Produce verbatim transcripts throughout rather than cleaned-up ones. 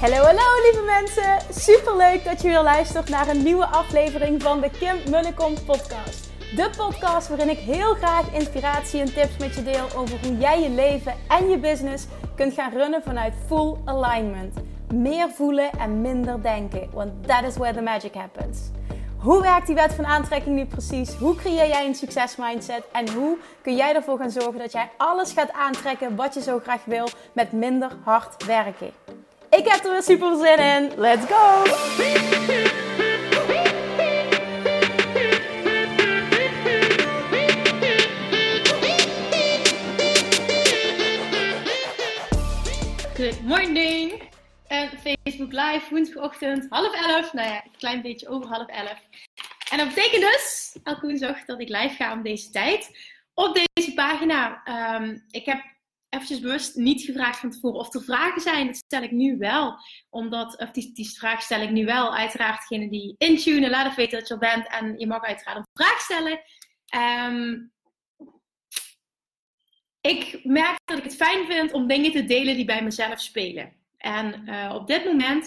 Hallo, hallo lieve mensen! Superleuk dat je weer luistert naar een nieuwe aflevering van de Kim Munnekom podcast. De podcast waarin ik heel graag inspiratie en tips met je deel over hoe jij je leven en je business kunt gaan runnen vanuit full alignment. Meer voelen en minder denken, want that is where the magic happens. Hoe werkt die wet van aantrekking nu precies? Hoe creëer jij een succesmindset? En hoe kun jij ervoor gaan zorgen dat jij alles gaat aantrekken wat je zo graag wil met minder hard werken? Ik heb er weer super zin in. Let's go! Good morning! Uh, Facebook live, woensdagochtend, half elf. Nou ja, een klein beetje over half elf. En dat betekent dus, elke woensdag, dat ik live ga om deze tijd. Op deze pagina. Um, ik heb eventjes bewust niet gevraagd van tevoren of er vragen zijn. Dat stel ik nu wel. Omdat, of die, die vraag stel ik nu wel. Uiteraard degene die intunen, laat even weten dat je er bent. En je mag uiteraard een vraag stellen. Um, ik merk dat ik het fijn vind om dingen te delen die bij mezelf spelen. En uh, op dit moment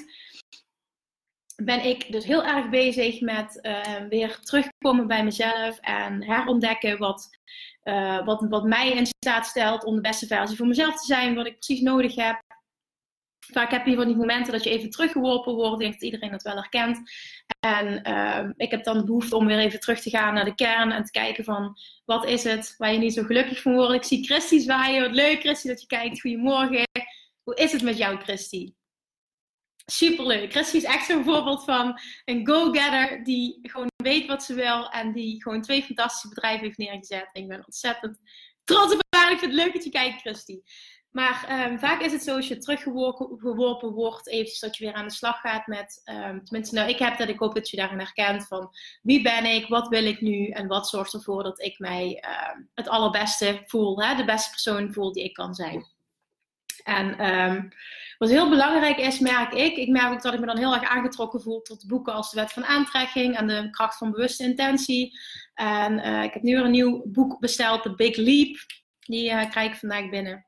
ben ik dus heel erg bezig met uh, weer terugkomen bij mezelf. En herontdekken wat, uh, wat, wat mij in staat stelt om de beste versie voor mezelf te zijn. Wat ik precies nodig heb. Vaak heb je van die momenten dat je even teruggeworpen wordt. Ik denk dat iedereen dat wel herkent. En uh, ik heb dan de behoefte om weer even terug te gaan naar de kern. En te kijken van, wat is het waar je niet zo gelukkig van wordt. Ik zie Christy zwaaien. Wat leuk Christy dat je kijkt. Goedemorgen. Hoe is het met jou Christy? Superleuk. Christy is echt zo'n voorbeeld van een go-getter. Die gewoon weet wat ze wil. En die gewoon twee fantastische bedrijven heeft neergezet. En ik ben ontzettend trots op haar. Ik vind het leuk dat je kijkt Christy. Maar um, vaak is het zo als je teruggeworpen wordt, eventjes dat je weer aan de slag gaat met, um, tenminste nou ik heb dat, ik hoop dat je daarin herkent van wie ben ik, wat wil ik nu en wat zorgt ervoor dat ik mij um, het allerbeste voel, hè? De beste persoon voel die ik kan zijn. En um, wat heel belangrijk is, merk ik, ik merk ook dat ik me dan heel erg aangetrokken voel tot boeken als de wet van aantrekking en de kracht van bewuste intentie. En uh, ik heb nu weer een nieuw boek besteld, The Big Leap, die uh, krijg ik vandaag binnen.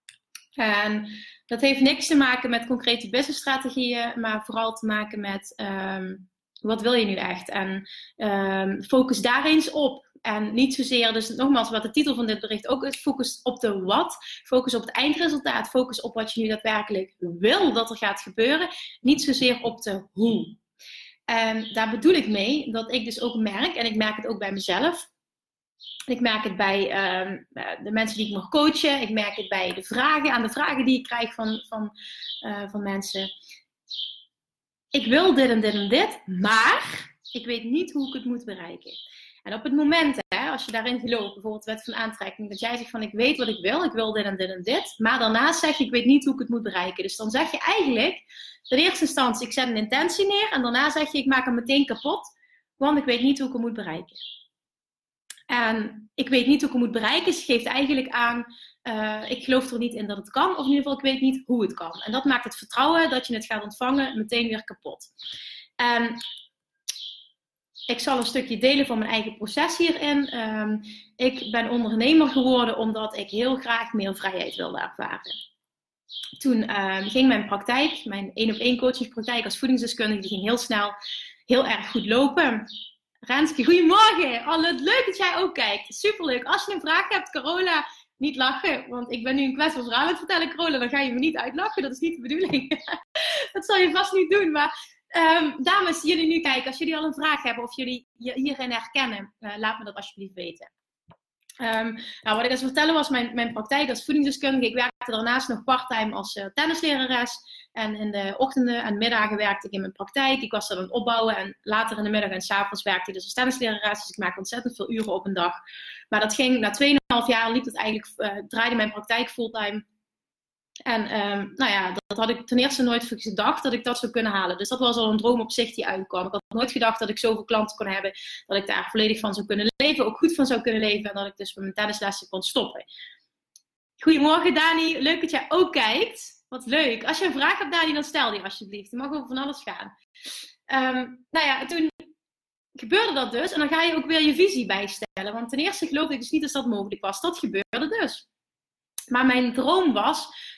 En dat heeft niks te maken met concrete businessstrategieën, maar vooral te maken met um, wat wil je nu echt? En um, focus daar eens op. En niet zozeer, dus nogmaals wat de titel van dit bericht ook is, focus op de wat. Focus op het eindresultaat. Focus op wat je nu daadwerkelijk wil dat er gaat gebeuren. Niet zozeer op de hoe. En daar bedoel ik mee dat ik dus ook merk, en ik merk het ook bij mezelf. Ik merk het bij uh, de mensen die ik mag coachen. Ik merk het bij de vragen, aan de vragen die ik krijg van, van, uh, van mensen. Ik wil dit en dit en dit, maar ik weet niet hoe ik het moet bereiken. En op het moment, hè, als je daarin gelooft, bijvoorbeeld de wet van aantrekking, dat jij zegt van ik weet wat ik wil, ik wil dit en dit en dit. Maar daarnaast zeg je ik weet niet hoe ik het moet bereiken. Dus dan zeg je eigenlijk, in eerste instantie ik zet een intentie neer. En daarna zeg je ik maak hem meteen kapot, want ik weet niet hoe ik het moet bereiken. En ik weet niet hoe ik het moet bereiken. Ze geeft eigenlijk aan, uh, ik geloof er niet in dat het kan. Of in ieder geval, ik weet niet hoe het kan. En dat maakt het vertrouwen dat je het gaat ontvangen meteen weer kapot. En ik zal een stukje delen van mijn eigen proces hierin. Um, ik ben ondernemer geworden omdat ik heel graag meer vrijheid wilde ervaren. Toen uh, ging mijn praktijk, mijn één op één coachingspraktijk als voedingsdeskundige, die ging heel snel heel erg goed lopen. Renske, goedemorgen. Oh, leuk dat jij ook kijkt. Superleuk. Als je een vraag hebt, Carola, niet lachen. Want ik ben nu een kwestie van verhaal aan het vertellen, Carola. Dan ga je me niet uitlachen. Dat is niet de bedoeling. Dat zal je vast niet doen. Maar um, dames, jullie nu kijken. Als jullie al een vraag hebben of jullie je hierin herkennen, uh, laat me dat alsjeblieft weten. Um, nou, wat ik eens vertellen was mijn, mijn praktijk als voedingsdeskundige. Ik werkte daarnaast nog parttime als uh, tennislerares. En in de ochtenden en middagen werkte ik in mijn praktijk. Ik was dat aan het opbouwen. En later in de middag en 's avonds werkte ik dus als tennislerares. Dus ik maakte ontzettend veel uren op een dag. Maar dat ging na twee komma vijf jaar liep het eigenlijk, uh, draaide mijn praktijk fulltime. En um, nou ja, dat, dat had ik ten eerste nooit gedacht dat ik dat zou kunnen halen. Dus dat was al een droom op zich die uitkwam. Ik had nooit gedacht dat ik zoveel klanten kon hebben. Dat ik daar volledig van zou kunnen leven. Ook goed van zou kunnen leven. En dat ik dus met mijn tennislessen kon stoppen. Goedemorgen Dani. Leuk dat jij ook kijkt. Wat leuk. Als je een vraag hebt Dani, dan stel die alsjeblieft. Die mag over van alles gaan. Um, nou ja, toen gebeurde dat dus. En dan ga je ook weer je visie bijstellen. Want ten eerste geloofde ik dus niet dat dat mogelijk was. Dat gebeurde dus. Maar mijn droom was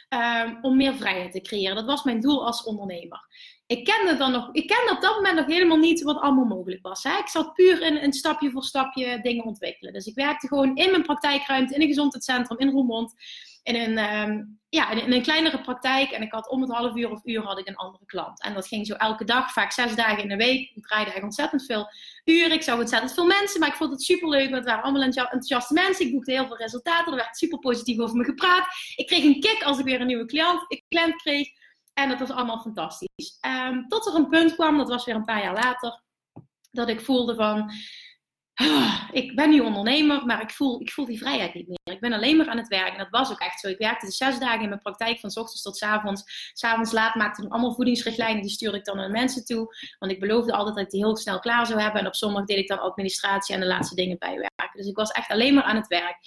Um, om meer vrijheid te creëren. Dat was mijn doel als ondernemer. Ik kende, dan nog, ik kende op dat moment nog helemaal niet wat allemaal mogelijk was. Hè? Ik zat puur in een stapje voor stapje dingen ontwikkelen. Dus ik werkte gewoon in mijn praktijkruimte, in een gezondheidscentrum in Roermond. In een, um, ja, in, in een kleinere praktijk. En ik had om het half uur of uur had ik een andere klant. En dat ging zo elke dag, vaak zes dagen in de week. Ik draaide echt ontzettend veel uren. Ik zag ontzettend veel mensen, maar ik vond het superleuk. Want het waren allemaal enthousiaste mensen. Ik boekte heel veel resultaten. Er werd super positief over me gepraat. Ik kreeg een kick als ik weer een nieuwe cliënt, een cliënt kreeg. En dat was allemaal fantastisch. Um, tot er een punt kwam, dat was weer een paar jaar later, dat ik voelde van, oh, ik ben nu ondernemer, maar ik voel, ik voel die vrijheid niet meer. Ik ben alleen maar aan het werken. En dat was ook echt zo. Ik werkte dus zes dagen in mijn praktijk, van 's ochtends tot 's avonds. 's Avonds laat maakte ik allemaal voedingsrichtlijnen, die stuurde ik dan aan mensen toe. Want ik beloofde altijd dat ik die heel snel klaar zou hebben. En op zondag deed ik dan administratie en de laatste dingen bijwerken. Dus ik was echt alleen maar aan het werk.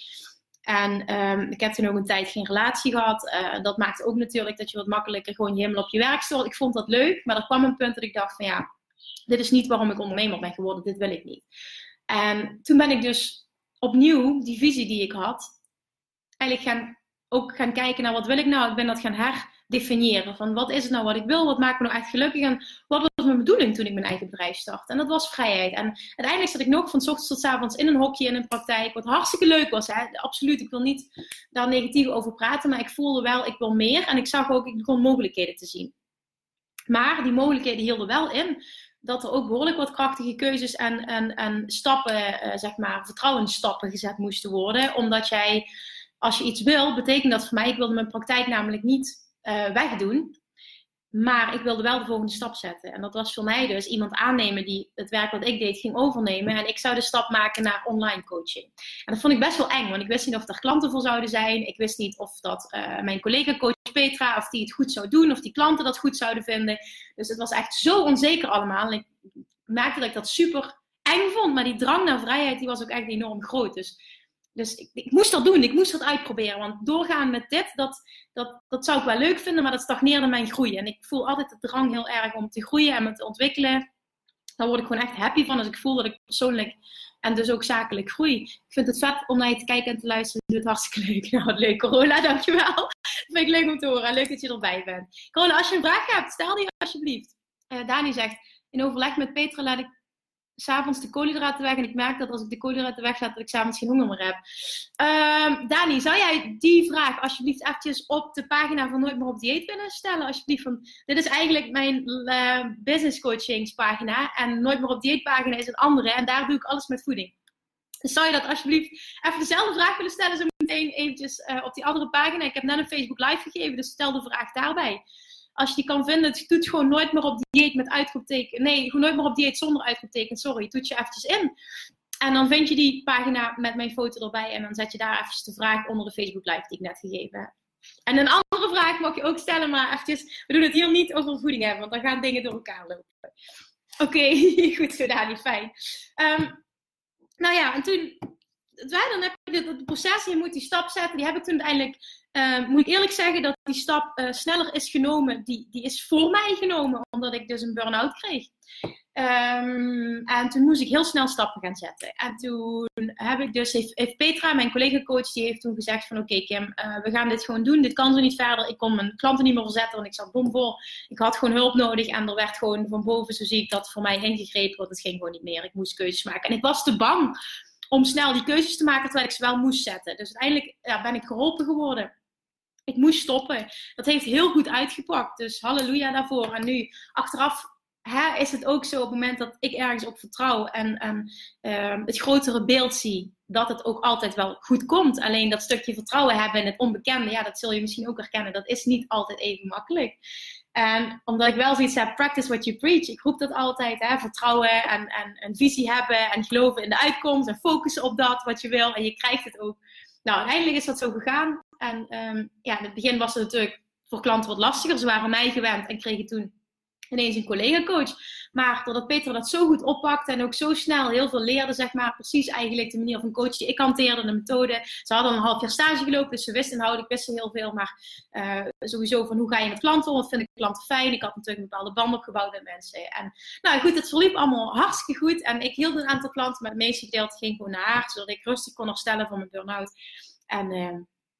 En um, ik heb toen ook een tijd geen relatie gehad. Uh, dat maakte ook natuurlijk dat je wat makkelijker gewoon je helemaal op je werk stort. Ik vond dat leuk, maar er kwam een punt dat ik dacht van ja, dit is niet waarom ik ondernemer ben geworden. Dit wil ik niet. En toen ben ik dus opnieuw die visie die ik had, eigenlijk gaan, ook gaan kijken naar wat wil ik nou. Ik ben dat gaan herdefiniëren van wat is het nou wat ik wil, wat maakt me nou echt gelukkig en wat was mijn bedoeling toen ik mijn eigen bedrijf startte. En dat was vrijheid. En uiteindelijk zat ik nog van 's ochtends tot 's avonds in een hokje in een praktijk, wat hartstikke leuk was. Hè? Absoluut, ik wil niet daar negatief over praten, maar ik voelde wel, ik wil meer. En ik zag ook, ik begon mogelijkheden te zien. Maar die mogelijkheden hielden wel in dat er ook behoorlijk wat krachtige keuzes en, en, en stappen, uh, zeg maar, vertrouwensstappen gezet moesten worden. Omdat jij, als je iets wil, betekent dat voor mij, ik wilde mijn praktijk namelijk niet uh, wegdoen. Maar ik wilde wel de volgende stap zetten. En dat was voor mij dus iemand aannemen die het werk wat ik deed ging overnemen. En ik zou de stap maken naar online coaching. En dat vond ik best wel eng, want ik wist niet of er klanten voor zouden zijn. Ik wist niet of dat uh, mijn collega coach Petra, of die het goed zou doen. Of die klanten dat goed zouden vinden. Dus het was echt zo onzeker allemaal. En ik merkte dat ik dat super eng vond. Maar die drang naar vrijheid, die was ook echt enorm groot. Dus... Dus ik, ik moest dat doen, ik moest dat uitproberen. Want doorgaan met dit, dat, dat, dat zou ik wel leuk vinden, maar dat stagneerde mijn groei. En ik voel altijd de drang heel erg om te groeien en me te ontwikkelen. Daar word ik gewoon echt happy van. Dus ik voel dat ik persoonlijk en dus ook zakelijk groei. Ik vind het vet om naar je te kijken en te luisteren. Je doet het hartstikke leuk. Nou, wat leuk, Carola, dankjewel. Dat vind ik leuk om te horen. Leuk dat je erbij bent. Carola, als je een vraag hebt, stel die alsjeblieft. Uh, Dani zegt, in overleg met Petra laat ik 's avonds de koolhydraten weg. En ik merk dat als ik de koolhydraten weglaat, dat ik 's avonds geen honger meer heb. Uh, Dani, zou jij die vraag alsjeblieft eventjes op de pagina van Nooit meer op dieet willen stellen? Alsjeblieft, van, dit is eigenlijk mijn uh, business coachingspagina. En Nooit meer op dieet pagina is een andere. En daar doe ik alles met voeding. Dus zou je dat alsjeblieft even dezelfde vraag willen stellen? Zo meteen eventjes uh, op die andere pagina. Ik heb net een Facebook live gegeven, dus stel de vraag daarbij. Als je die kan vinden, doet gewoon Nooit meer op dieet met uitroepteken. Nee, gewoon Nooit meer op dieet zonder uitroepteken. Sorry, toets je eventjes in. En dan vind je die pagina met mijn foto erbij. En dan zet je daar eventjes de vraag onder de Facebook live die ik net gegeven heb. En een andere vraag mag je ook stellen, maar eventjes, we doen het hier niet over voeding hebben, want dan gaan dingen door elkaar lopen. Oké, okay, goed zo, Dani, fijn. Um, nou ja, en toen, dan heb je het proces, je moet die stap zetten, die heb ik toen uiteindelijk... Uh, moet ik eerlijk zeggen dat die stap uh, sneller is genomen. Die, die is voor mij genomen, omdat ik dus een burn-out kreeg. Um, en toen moest ik heel snel stappen gaan zetten. En toen heb ik dus, heeft, heeft Petra, mijn collega-coach, die heeft toen gezegd van oké okay, Kim, uh, we gaan dit gewoon doen. Dit kan zo niet verder. Ik kon mijn klanten niet meer verzetten, want ik zat bomvol. Ik had gewoon hulp nodig en er werd gewoon van boven, zo zie ik dat, voor mij ingegrepen. Want het ging gewoon niet meer. Ik moest keuzes maken. En ik was te bang om snel die keuzes te maken, terwijl ik ze wel moest zetten. Dus uiteindelijk ja, ben ik geholpen geworden. Ik moest stoppen. Dat heeft heel goed uitgepakt. Dus halleluja daarvoor. En nu, achteraf hè, is het ook zo op het moment dat ik ergens op vertrouw en, en uh, het grotere beeld zie, dat het ook altijd wel goed komt. Alleen dat stukje vertrouwen hebben in het onbekende, ja, dat zul je misschien ook herkennen. Dat is niet altijd even makkelijk. En omdat ik wel zoiets heb, practice what you preach. Ik roep dat altijd, hè, vertrouwen en, en een visie hebben en geloven in de uitkomst en focussen op dat wat je wil. En je krijgt het ook. Nou, uiteindelijk is dat zo gegaan. En um, ja, in het begin was het natuurlijk voor klanten wat lastiger. Ze waren mij gewend en kregen toen ineens een collega-coach. Maar doordat Petra dat zo goed oppakte en ook zo snel heel veel leerde, zeg maar, precies eigenlijk de manier van coach die ik hanteerde, de methode. Ze hadden een half jaar stage gelopen, dus ze wisten inhoudelijk, wisten heel veel. Maar uh, sowieso van hoe ga je met klanten om, wat vind ik klanten fijn. Ik had natuurlijk een bepaalde band opgebouwd met mensen. En nou goed, het verliep allemaal hartstikke goed. En ik hield een aantal klanten, maar het meeste gedeelte ging gewoon naar haar, zodat ik rustig kon herstellen van mijn burn-out. En uh,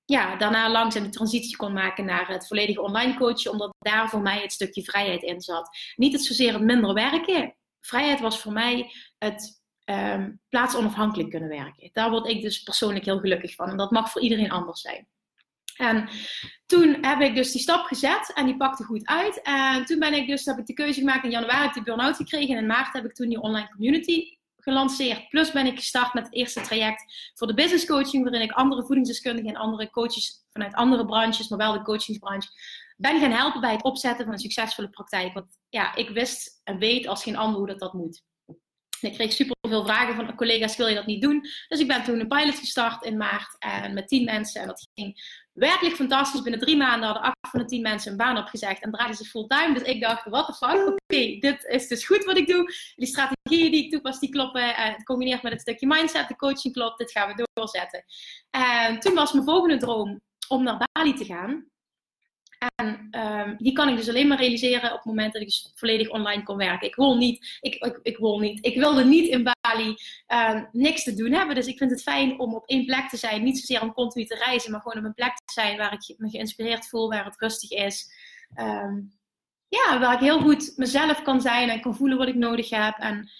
ja, daarna langzaam de transitie kon maken naar het volledige online coachen. Omdat daar voor mij het stukje vrijheid in zat. Niet het zozeer het minder werken. Vrijheid was voor mij het um, plaatsonafhankelijk kunnen werken. Daar word ik dus persoonlijk heel gelukkig van. En dat mag voor iedereen anders zijn. En toen heb ik dus die stap gezet en die pakte goed uit. En toen ben ik dus, heb ik de keuze gemaakt. In januari heb ik die burn-out gekregen. En in maart heb ik toen die online community gelanceerd. Plus ben ik gestart met het eerste traject voor de business coaching. Waarin ik andere voedingsdeskundigen en andere coaches vanuit andere branches, maar wel de coachingsbranche, ben gaan helpen bij het opzetten van een succesvolle praktijk. Want ja, ik wist en weet als geen ander hoe dat, dat moet. En ik kreeg super veel vragen van collega's, wil je dat niet doen? Dus ik ben toen een pilot gestart in maart en met tien mensen. En dat ging werkelijk fantastisch. Binnen drie maanden hadden acht van de tien mensen een baan opgezegd en draaiden ze fulltime. Dus ik dacht, what the fuck? Oké, okay, dit is dus goed wat ik doe. Die strategieën die ik toepas, die kloppen. Uh, het combineert met het stukje mindset, de coaching klopt. Dit gaan we doorzetten. En toen was mijn volgende droom om naar Bali te gaan. En um, die kan ik dus alleen maar realiseren op het moment dat ik dus volledig online kon werken. Ik wil niet, ik, ik, ik wil niet, ik wilde niet in Bali uh, niks te doen hebben. Dus ik vind het fijn om op één plek te zijn. Niet zozeer om continu te reizen, maar gewoon op een plek te zijn waar ik me geïnspireerd voel, waar het rustig is. Um, ja, waar ik heel goed mezelf kan zijn en kan voelen wat ik nodig heb. En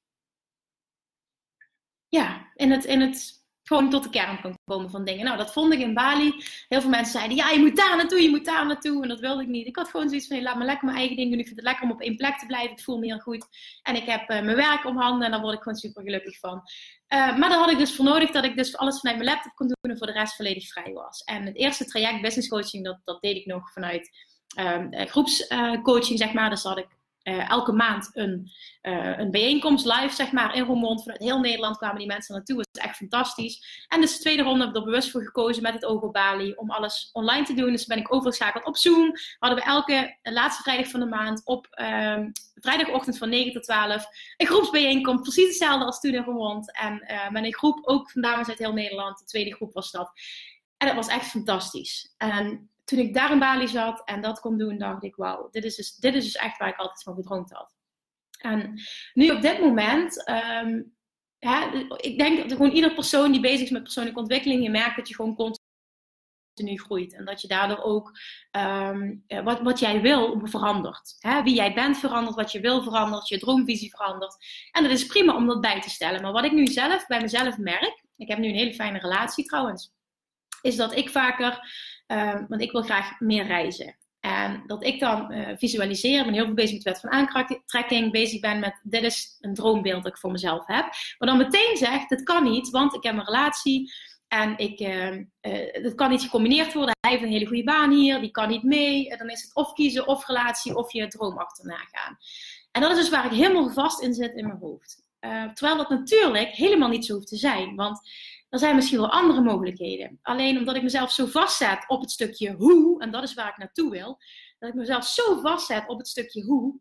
ja, in het... In het gewoon tot de kern kan komen van dingen. Nou, dat vond ik in Bali. Heel veel mensen zeiden, ja, je moet daar naartoe, je moet daar naartoe. En dat wilde ik niet. Ik had gewoon zoiets van, hey, laat me lekker mijn eigen ding doen. Ik vind het lekker om op één plek te blijven. Ik voel me heel goed. En ik heb uh, mijn werk om handen en daar word ik gewoon super gelukkig van. Uh, maar daar had ik dus voor nodig dat ik dus alles vanuit mijn laptop kon doen en voor de rest volledig vrij was. En het eerste traject, business coaching, dat, dat deed ik nog vanuit uh, groepscoaching, uh, zeg maar. Dus had ik Uh, elke maand een, uh, een bijeenkomst live, zeg maar, in Roermond. Vanuit heel Nederland kwamen die mensen naartoe. Dat is echt fantastisch. En dus de tweede ronde heb ik er bewust voor gekozen met het oog op Bali om alles online te doen. Dus ben ik overgeschakeld op Zoom. Hadden we elke laatste vrijdag van de maand op uh, vrijdagochtend van negen tot twaalf een groepsbijeenkomst. Precies hetzelfde als toen in Roermond. En uh, met een groep ook van dames uit heel Nederland. De tweede groep was dat. En dat was echt fantastisch. En toen ik daar in Bali zat en dat kon doen, dacht ik, wauw, dit is dus, dit is dus echt waar ik altijd van gedroomd had. En nu op dit moment, um, ja, ik denk dat gewoon ieder persoon die bezig is met persoonlijke ontwikkeling, je merkt dat je gewoon continu groeit. En dat je daardoor ook um, wat, wat jij wil verandert. Hè? Wie jij bent verandert, wat je wil verandert, je droomvisie verandert. En dat is prima om dat bij te stellen. Maar wat ik nu zelf bij mezelf merk, ik heb nu een hele fijne relatie trouwens, is dat ik vaker, uh, want ik wil graag meer reizen. En dat ik dan uh, visualiseer, ik ben heel veel bezig met de wet van aantrekking, bezig ben met, dit is een droombeeld dat ik voor mezelf heb. Maar dan meteen zegt, dat kan niet, want ik heb een relatie en ik, uh, uh, dat kan niet gecombineerd worden. Hij heeft een hele goede baan hier, die kan niet mee. Dan is het of kiezen, of relatie, of je droom achterna gaan. En dat is dus waar ik helemaal vast in zit in mijn hoofd. Uh, terwijl dat natuurlijk helemaal niet zo hoeft te zijn, want er zijn misschien wel andere mogelijkheden. Alleen omdat ik mezelf zo vastzet op het stukje hoe, en dat is waar ik naartoe wil, dat ik mezelf zo vastzet op het stukje hoe.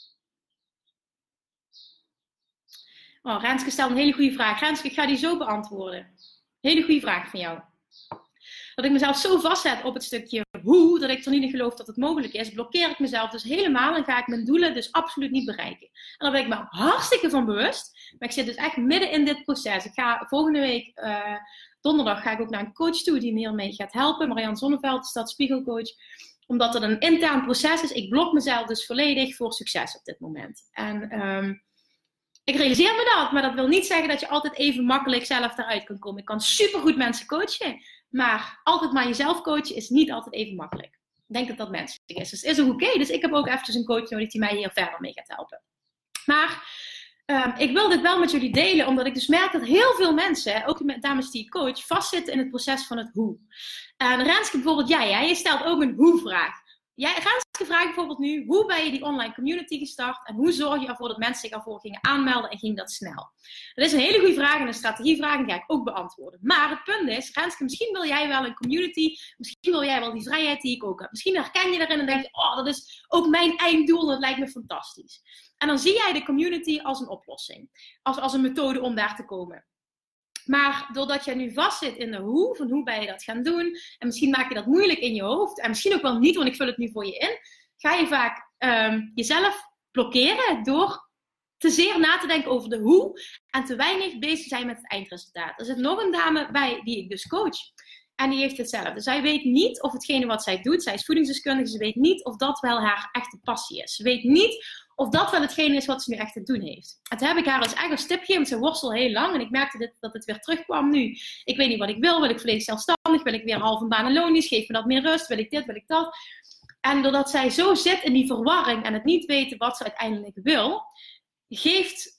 Oh, Renske stelt een hele goede vraag. Renske, ik ga die zo beantwoorden. Hele goede vraag van jou. Dat ik mezelf zo vastzet op het stukje hoe, dat ik er niet in geloof dat het mogelijk is, blokkeer ik mezelf dus helemaal en ga ik mijn doelen dus absoluut niet bereiken. En daar ben ik me hartstikke van bewust. Maar ik zit dus echt midden in dit proces. Ik ga volgende week, uh, donderdag, ga ik ook naar een coach toe die me hiermee gaat helpen. Marianne Zonneveld, Stadspiegelcoach. Omdat het een intern proces is. Ik blok mezelf dus volledig voor succes op dit moment. En um, ik realiseer me dat. Maar dat wil niet zeggen dat je altijd even makkelijk zelf eruit kan komen. Ik kan supergoed mensen coachen. Maar altijd maar jezelf coachen is niet altijd even makkelijk. Ik denk dat dat menselijk is. Dus is ook oké. Okay. Dus ik heb ook eventjes een coach nodig die mij hier verder mee gaat helpen. Maar um, ik wil dit wel met jullie delen. Omdat ik dus merk dat heel veel mensen, ook de dames die ik coach, vastzitten in het proces van het hoe. En Renske bijvoorbeeld, jij, ja, je stelt ook een hoe-vraag. Jij, Renske vraagt bijvoorbeeld nu, hoe ben je die online community gestart? En hoe zorg je ervoor dat mensen zich ervoor gingen aanmelden en ging dat snel? Dat is een hele goede vraag en een strategievraag en die ga ik ook beantwoorden. Maar het punt is, Renske, misschien wil jij wel een community, misschien wil jij wel die vrijheid die ik ook heb. Misschien herken je daarin en denk je, oh, dat is ook mijn einddoel, dat lijkt me fantastisch. En dan zie jij de community als een oplossing, als, als een methode om daar te komen. Maar doordat jij nu vastzit in de hoe, van hoe ben je dat gaan doen, en misschien maak je dat moeilijk in je hoofd, en misschien ook wel niet, want ik vul het nu voor je in, ga je vaak um, jezelf blokkeren door te zeer na te denken over de hoe, en te weinig bezig zijn met het eindresultaat. Er zit nog een dame bij die ik dus coach. En die heeft hetzelfde. Zij weet niet of hetgene wat zij doet, zij is voedingsdeskundige, ze weet niet of dat wel haar echte passie is. Ze weet niet of dat wel hetgene is wat ze nu echt te doen heeft. En toen heb ik haar dus echt als tip gegeven, want ze worstelt heel lang. En ik merkte dit, dat het weer terugkwam nu. Ik weet niet wat ik wil. Wil ik volledig zelfstandig? Wil ik weer half een baan en loondienst? Geef me dat meer rust? Wil ik dit? Wil ik dat? En doordat zij zo zit in die verwarring en het niet weten wat ze uiteindelijk wil, geeft...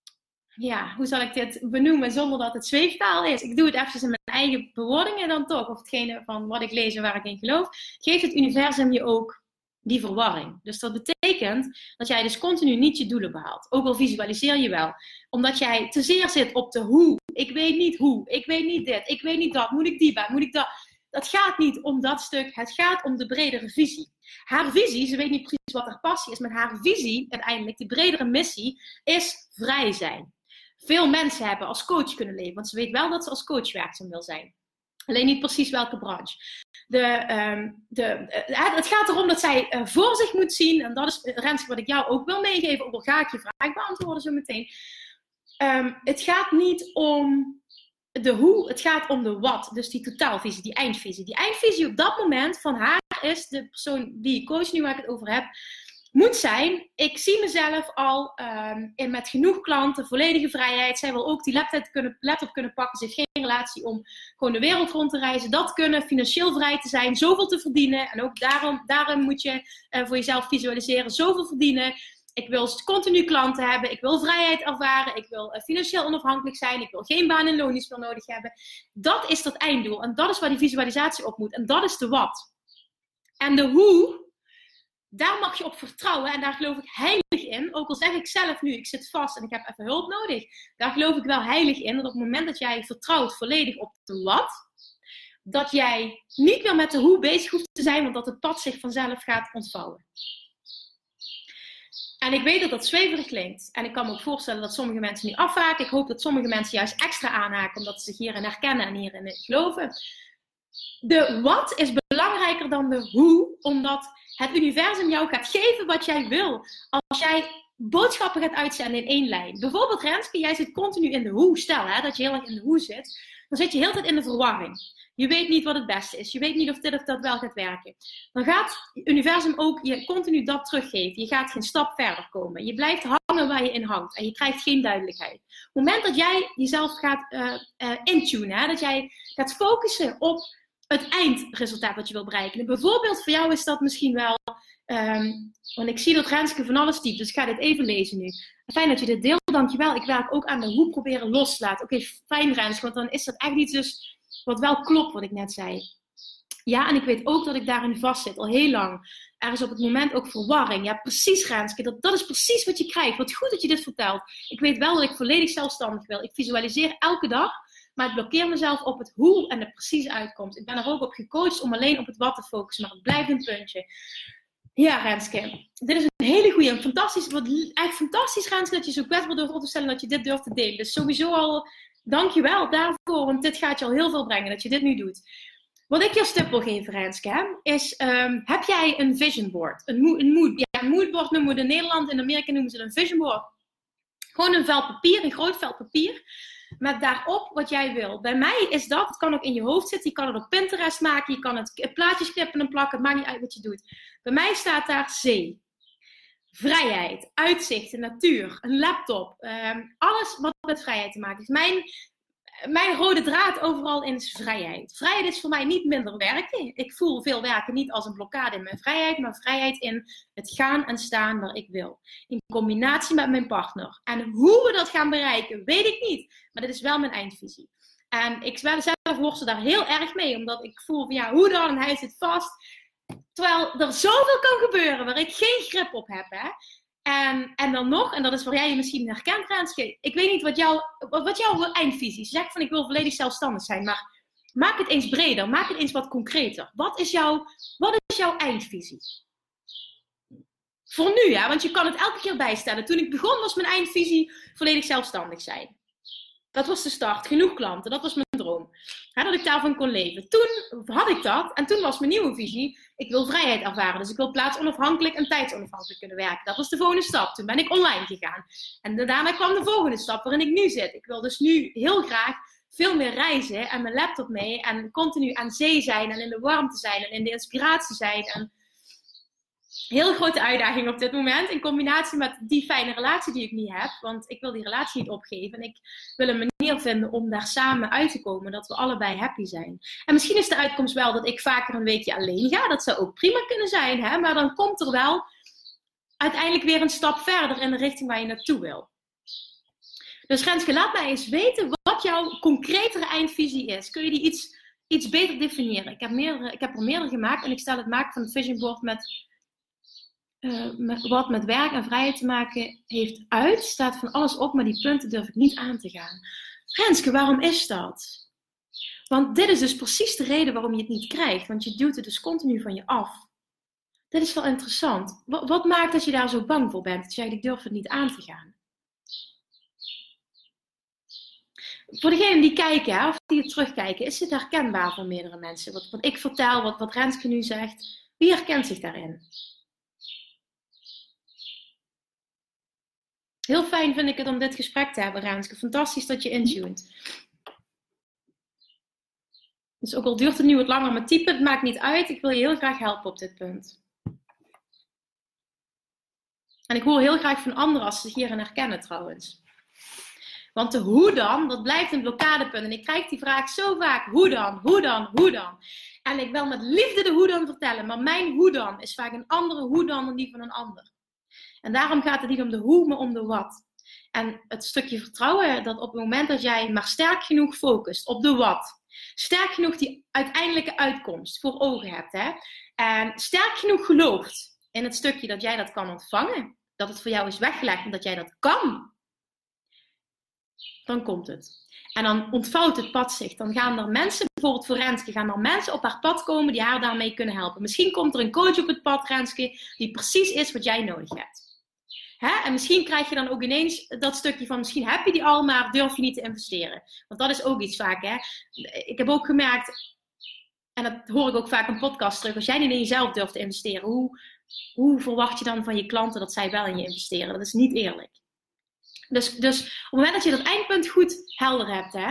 Ja, hoe zal ik dit benoemen zonder dat het zweeftaal is? Ik doe het eventjes in mijn eigen bewoordingen dan toch. Of hetgene van wat ik lees en waar ik in geloof. Geeft het universum je ook die verwarring. Dus dat betekent dat jij dus continu niet je doelen behaalt. Ook al visualiseer je wel. Omdat jij te zeer zit op de hoe. Ik weet niet hoe. Ik weet niet dit. Ik weet niet dat. Moet ik die bij? Moet ik dat? Dat gaat niet om dat stuk. Het gaat om de bredere visie. Haar visie, ze weet niet precies wat haar passie is. Maar haar visie, uiteindelijk, die bredere missie, is vrij zijn. Veel mensen hebben als coach kunnen leven. Want ze weet wel dat ze als coach werkzaam wil zijn. Alleen niet precies welke branche. De, um, de, uh, het gaat erom dat zij uh, voor zich moet zien. En dat is, Renske, wat ik jou ook wil meegeven. Ook al ga ik je vraag beantwoorden zo meteen. Um, het gaat niet om de hoe. Het gaat om de wat. Dus die totaalvisie, die eindvisie. Die eindvisie op dat moment van haar is de persoon die coach nu waar ik het over heb. Moet zijn, ik zie mezelf al um, in, met genoeg klanten, volledige vrijheid. Zij wil ook die laptop kunnen, laptop kunnen pakken. Ze heeft geen relatie om gewoon de wereld rond te reizen. Dat kunnen, financieel vrij te zijn, zoveel te verdienen. En ook daarom, daarom moet je uh, voor jezelf visualiseren, zoveel verdienen. Ik wil continu klanten hebben. Ik wil vrijheid ervaren. Ik wil uh, financieel onafhankelijk zijn. Ik wil geen baan en loondienst meer nodig hebben. Dat is dat einddoel. En dat is waar die visualisatie op moet. En dat is de wat. En de hoe... Daar mag je op vertrouwen en daar geloof ik heilig in. Ook al zeg ik zelf nu, ik zit vast en ik heb even hulp nodig. Daar geloof ik wel heilig in dat op het moment dat jij vertrouwt volledig op de wat, dat jij niet meer met de hoe bezig hoeft te zijn, want dat het pad zich vanzelf gaat ontvouwen. En ik weet dat dat zweverig klinkt. En ik kan me ook voorstellen dat sommige mensen nu afhaken. Ik hoop dat sommige mensen juist extra aanhaken, omdat ze zich hierin herkennen en hierin geloven. De wat is belangrijker dan de hoe, omdat het universum jou gaat geven wat jij wil. Als jij boodschappen gaat uitzenden in één lijn. Bijvoorbeeld Renske, jij zit continu in de hoe. Stel hè, dat je heel erg in de hoe zit. Dan zit je heel de tijd in de verwarring. Je weet niet wat het beste is. Je weet niet of dit of dat wel gaat werken. Dan gaat het universum ook je continu dat teruggeven. Je gaat geen stap verder komen. Je blijft hangen waar je in hangt. En je krijgt geen duidelijkheid. Op het moment dat jij jezelf gaat uh, uh, intunen. Hè, dat jij gaat focussen op het eindresultaat wat je wil bereiken. Bijvoorbeeld voor jou is dat misschien wel... Um, want ik zie dat Renske van alles typt. Dus ik ga dit even lezen nu. Fijn dat je dit deelt. Dankjewel. Ik werk ook aan de hoe proberen loslaten. Oké, okay, fijn Renske. Want dan is dat echt iets dus wat wel klopt wat ik net zei. Ja, en ik weet ook dat ik daarin vastzit. Al heel lang. Er is op het moment ook verwarring. Ja, precies Renske. Dat, dat is precies wat je krijgt. Wat goed dat je dit vertelt. Ik weet wel dat ik volledig zelfstandig wil. Ik visualiseer elke dag. Maar ik blokkeer mezelf op het hoe en de precieze uitkomst. Ik ben er ook op gecoacht om alleen op het wat te focussen. Maar het blijft een puntje. Ja, Renske. Dit is een hele goede en fantastisch. Wat echt fantastisch, Renske, dat je zo kwetsbaar durft op te stellen dat je dit durft te delen. Dus sowieso al, dank je wel daarvoor. Want dit gaat je al heel veel brengen, dat je dit nu doet. Wat ik je als tip wil geven, Renske, hè, is, um, heb jij een vision board? Een, mo- een mood, ja, een moodboard noemen we in Nederland. In Amerika noemen ze het een vision board. Gewoon een vel papier, een groot vel papier. Met daarop wat jij wil. Bij mij is dat, het kan ook in je hoofd zitten. Je kan het op Pinterest maken. Je kan het plaatjes knippen en plakken. Het maakt niet uit wat je doet. Bij mij staat daar zee. Vrijheid. Uitzicht. De natuur. Een laptop. Um, alles wat met vrijheid te maken heeft. Mijn, mijn rode draad overal in is vrijheid. Vrijheid is voor mij niet minder werken. Ik voel veel werken niet als een blokkade in mijn vrijheid. Maar vrijheid in het gaan en staan waar ik wil. In combinatie met mijn partner. En hoe we dat gaan bereiken, weet ik niet. Maar dit is wel mijn eindvisie. En ik zelf worstel daar heel erg mee. Omdat ik voel van ja, hoe dan? En hij zit vast. Terwijl er zoveel kan gebeuren waar ik geen grip op heb. Hè? En, en dan nog, en dat is waar jij je misschien herkent, Renske. Ik weet niet wat, jou, wat jouw eindvisie is. Je zegt van ik wil volledig zelfstandig zijn. Maar maak het eens breder. Maak het eens wat concreter. Wat is jouw, wat is jouw eindvisie? Voor nu, ja, want je kan het elke keer bijstellen. Toen ik begon was mijn eindvisie volledig zelfstandig zijn. Dat was de start. Genoeg klanten. Dat was mijn droom. Ja, dat ik daarvan kon leven. Toen had ik dat. En toen was mijn nieuwe visie. Ik wil vrijheid ervaren. Dus ik wil plaatsonafhankelijk en tijdsonafhankelijk kunnen werken. Dat was de volgende stap. Toen ben ik online gegaan. En daarna kwam de volgende stap waarin ik nu zit. Ik wil dus nu heel graag veel meer reizen en mijn laptop mee en continu aan zee zijn en in de warmte zijn en in de inspiratie zijn. En heel grote uitdaging op dit moment in combinatie met die fijne relatie die ik niet heb. Want ik wil die relatie niet opgeven en ik wil een manier vinden om daar samen uit te komen. Dat we allebei happy zijn. En misschien is de uitkomst wel dat ik vaker een weekje alleen ga. Dat zou ook prima kunnen zijn. Hè? Maar dan komt er wel uiteindelijk weer een stap verder in de richting waar je naartoe wil. Dus Renske, laat mij eens weten wat jouw concretere eindvisie is. Kun je die iets, iets beter definiëren? Ik heb, meerdere, ik heb er meerdere gemaakt en ik stel het maken van het vision board met, uh, met wat met werk en vrijheid te maken heeft uit. Staat van alles op, maar die punten durf ik niet aan te gaan. Renske, waarom is dat? Want dit is dus precies de reden waarom je het niet krijgt. Want je duwt het dus continu van je af. Dit is wel interessant. Wat, wat maakt dat je daar zo bang voor bent? Dat je eigenlijk durft het niet aan te gaan? Voor degenen die kijken, hè, of die het terugkijken, is dit herkenbaar voor meerdere mensen? Wat, wat ik vertel, wat, wat Renske nu zegt, wie herkent zich daarin? Heel fijn vind ik het om dit gesprek te hebben, Renske. Fantastisch dat je intuned. Dus ook al duurt het nu wat langer met typen, het maakt niet uit. Ik wil je heel graag helpen op dit punt. En ik hoor heel graag van anderen als ze zich hierin herkennen trouwens. Want de hoe dan, dat blijft een blokkadepunt. En ik krijg die vraag zo vaak, hoe dan, hoe dan, hoe dan. En ik wil met liefde de hoe dan vertellen. Maar mijn hoe dan is vaak een andere hoe dan dan die van een ander. En daarom gaat het niet om de hoe, maar om de wat. En het stukje vertrouwen, dat op het moment dat jij maar sterk genoeg focust op de wat. Sterk genoeg die uiteindelijke uitkomst voor ogen hebt. Hè? En sterk genoeg gelooft in het stukje dat jij dat kan ontvangen. Dat het voor jou is weggelegd en dat jij dat kan. Dan komt het. En dan ontvouwt het pad zich. Dan gaan er mensen, bijvoorbeeld voor Renske, gaan er mensen op haar pad komen die haar daarmee kunnen helpen. Misschien komt er een coach op het pad, Renske, die precies is wat jij nodig hebt. Hè? En misschien krijg je dan ook ineens dat stukje van, misschien heb je die al, maar durf je niet te investeren. Want dat is ook iets vaak. Hè? Ik heb ook gemerkt, en dat hoor ik ook vaak in podcasts terug, als jij niet in jezelf durft te investeren, hoe, hoe verwacht je dan van je klanten dat zij wel in je investeren? Dat is niet eerlijk. Dus, dus op het moment dat je dat eindpunt goed helder hebt, hè,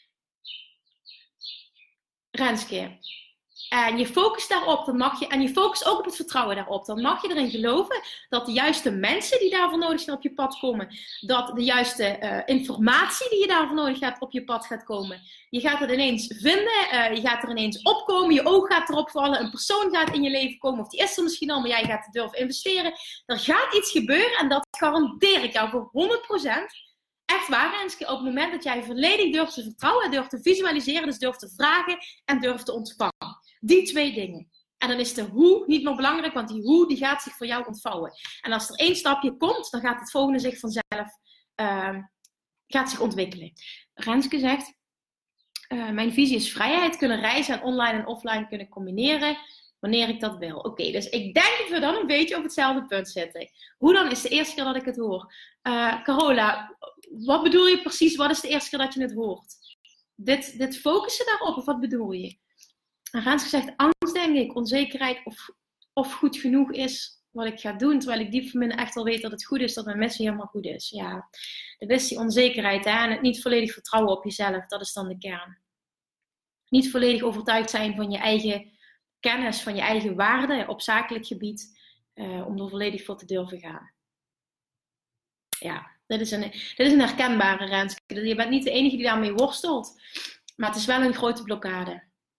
Renske, en je focust daarop, dan mag je, en je focust ook op het vertrouwen daarop, dan mag je erin geloven dat de juiste mensen die daarvoor nodig zijn op je pad komen, dat de juiste uh, informatie die je daarvoor nodig hebt op je pad gaat komen. Je gaat het ineens vinden, uh, je gaat er ineens opkomen, je oog gaat erop vallen, een persoon gaat in je leven komen, of die is er misschien al, maar jij gaat durven investeren. Er gaat iets gebeuren en dat garandeer ik jou voor honderd procent. Echt waar, Renske, op het moment dat jij volledig durft te vertrouwen, durft te visualiseren, dus durft te vragen en durft te ontvangen. Die twee dingen. En dan is de hoe niet meer belangrijk, want die hoe die gaat zich voor jou ontvouwen. En als er één stapje komt, dan gaat het volgende zich vanzelf uh, gaat zich ontwikkelen. Renske zegt, uh, mijn visie is vrijheid, kunnen reizen en online en offline kunnen combineren, wanneer ik dat wil. Oké, okay, dus ik denk dat we dan een beetje op hetzelfde punt zitten. Hoe dan is de eerste keer dat ik het hoor? Uh, Carola, wat bedoel je precies? Wat is de eerste keer dat je het hoort? Dit, dit focussen daarop, of wat bedoel je? En Renske zegt, angst denk ik, onzekerheid of, of goed genoeg is wat ik ga doen. Terwijl ik diep van binnen echt wel weet dat het goed is, dat mijn missie helemaal goed is. Ja, dat is die onzekerheid, hè? En het niet volledig vertrouwen op jezelf, dat is dan de kern. Niet volledig overtuigd zijn van je eigen kennis, van je eigen waarde op zakelijk gebied, uh, om er volledig voor te durven gaan. Ja, dit is een, dit is een herkenbare, Renske. Je bent niet de enige die daarmee worstelt, maar het is wel een grote blokkade.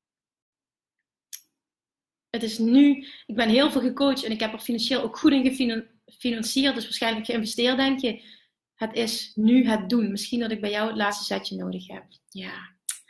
Het is nu, ik ben heel veel gecoacht en ik heb er financieel ook goed in gefinancierd, dus waarschijnlijk geïnvesteerd, denk je. Het is nu het doen. Misschien dat ik bij jou het laatste setje nodig heb. Ja.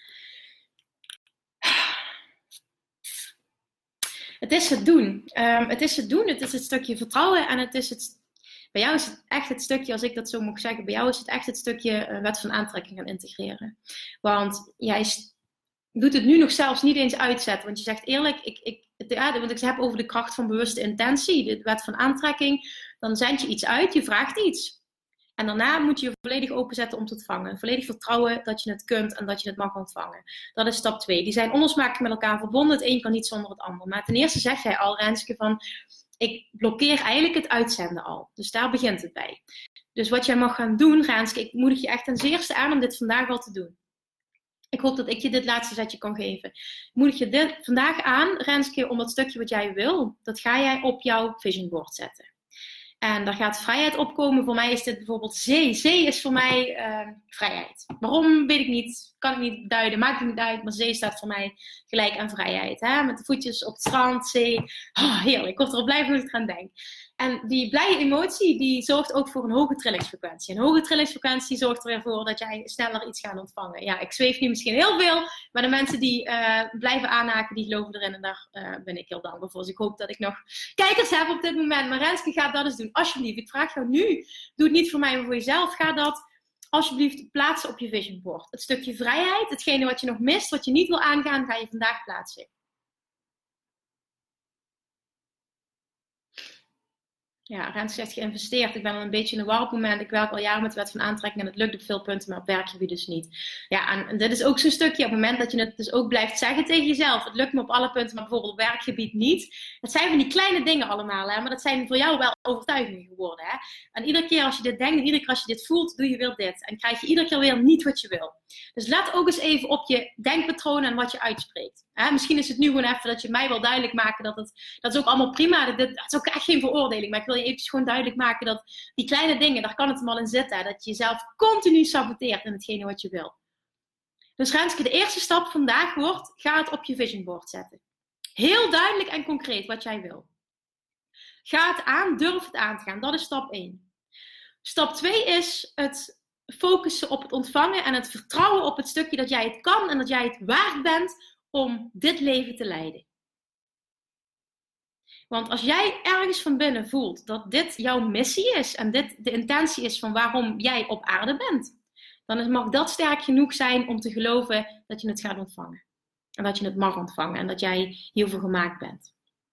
Het is het doen. Um, het is het doen. Het is het stukje vertrouwen en het is het... Bij jou is het echt het stukje, als ik dat zo mag zeggen, bij jou is het echt het stukje uh, wet van aantrekking gaan integreren. Want jij doet het nu nog zelfs niet eens uitzetten. Want je zegt eerlijk, ik, ik, het, ja, want ik heb over de kracht van bewuste intentie, de wet van aantrekking. Dan zend je iets uit, je vraagt iets. En daarna moet je je volledig openzetten om te ontvangen. Volledig vertrouwen dat je het kunt en dat je het mag ontvangen. Dat is stap twee. Die zijn onlosmakelijk met elkaar verbonden. Het een kan niet zonder het ander. Maar ten eerste zeg jij al, Renske, van... ik blokkeer eigenlijk het uitzenden al. Dus daar begint het bij. Dus wat jij mag gaan doen, Renske, ik moedig je echt ten zeerste aan om dit vandaag al te doen. Ik hoop dat ik je dit laatste zetje kan geven. Moedig je dit vandaag aan, Renske, om dat stukje wat jij wil, dat ga jij op jouw vision board zetten. En daar gaat vrijheid opkomen. Voor mij is dit bijvoorbeeld zee. Zee is voor mij uh, vrijheid. Waarom, weet ik niet. Kan ik niet duiden. Maakt het niet uit. Maar zee staat voor mij gelijk aan vrijheid. Hè? Met de voetjes op het strand, zee. Oh, heerlijk. Ik word erop blij van ik eraan denk. En die blije emotie, die zorgt ook voor een hoge trillingsfrequentie. Een hoge trillingsfrequentie zorgt er weer voor dat jij sneller iets gaat ontvangen. Ja, ik zweef nu misschien heel veel. Maar de mensen die uh, blijven aanhaken, die geloven erin. En daar uh, ben ik heel dankbaar voor. Dus ik hoop dat ik nog kijkers heb op dit moment. Maar Renske, ga dat eens doen. Alsjeblieft, ik vraag jou nu. Doe het niet voor mij, maar voor jezelf. Ga dat alsjeblieft plaatsen op je vision board. Het stukje vrijheid, hetgene wat je nog mist, wat je niet wil aangaan, ga je vandaag plaatsen. Ja, Renske zegt geïnvesteerd. Ik ben al een beetje in een war op het moment. Ik werk al jaren met de wet van aantrekking en het lukt op veel punten, maar op werkgebied dus niet. Ja, en, en dit is ook zo'n stukje op het moment dat je het dus ook blijft zeggen tegen jezelf. Het lukt me op alle punten, maar bijvoorbeeld op werkgebied niet. Dat zijn van die kleine dingen allemaal, hè? Maar dat zijn voor jou wel overtuigingen geworden. Hè? En iedere keer als je dit denkt en iedere keer als je dit voelt, doe je weer dit. En krijg je iedere keer weer niet wat je wil. Dus let ook eens even op je denkpatronen en wat je uitspreekt. Hè? Misschien is het nu gewoon even dat je mij wil duidelijk maken dat het, dat is ook allemaal prima. Dat, dat is ook echt geen veroordeling, maar ik wil je eventjes gewoon duidelijk maken dat die kleine dingen, daar kan het hem al in zitten. Dat je jezelf continu saboteert in hetgene wat je wil. Dus Renske, de eerste stap vandaag wordt, ga het op je vision board zetten. Heel duidelijk en concreet wat jij wil. Ga het aan, durf het aan te gaan. Dat is stap één. Stap twee is het focussen op het ontvangen en het vertrouwen op het stukje dat jij het kan en dat jij het waard bent om dit leven te leiden. Want als jij ergens van binnen voelt dat dit jouw missie is en dit de intentie is van waarom jij op aarde bent, dan mag dat sterk genoeg zijn om te geloven dat je het gaat ontvangen. En dat je het mag ontvangen en dat jij hiervoor gemaakt bent.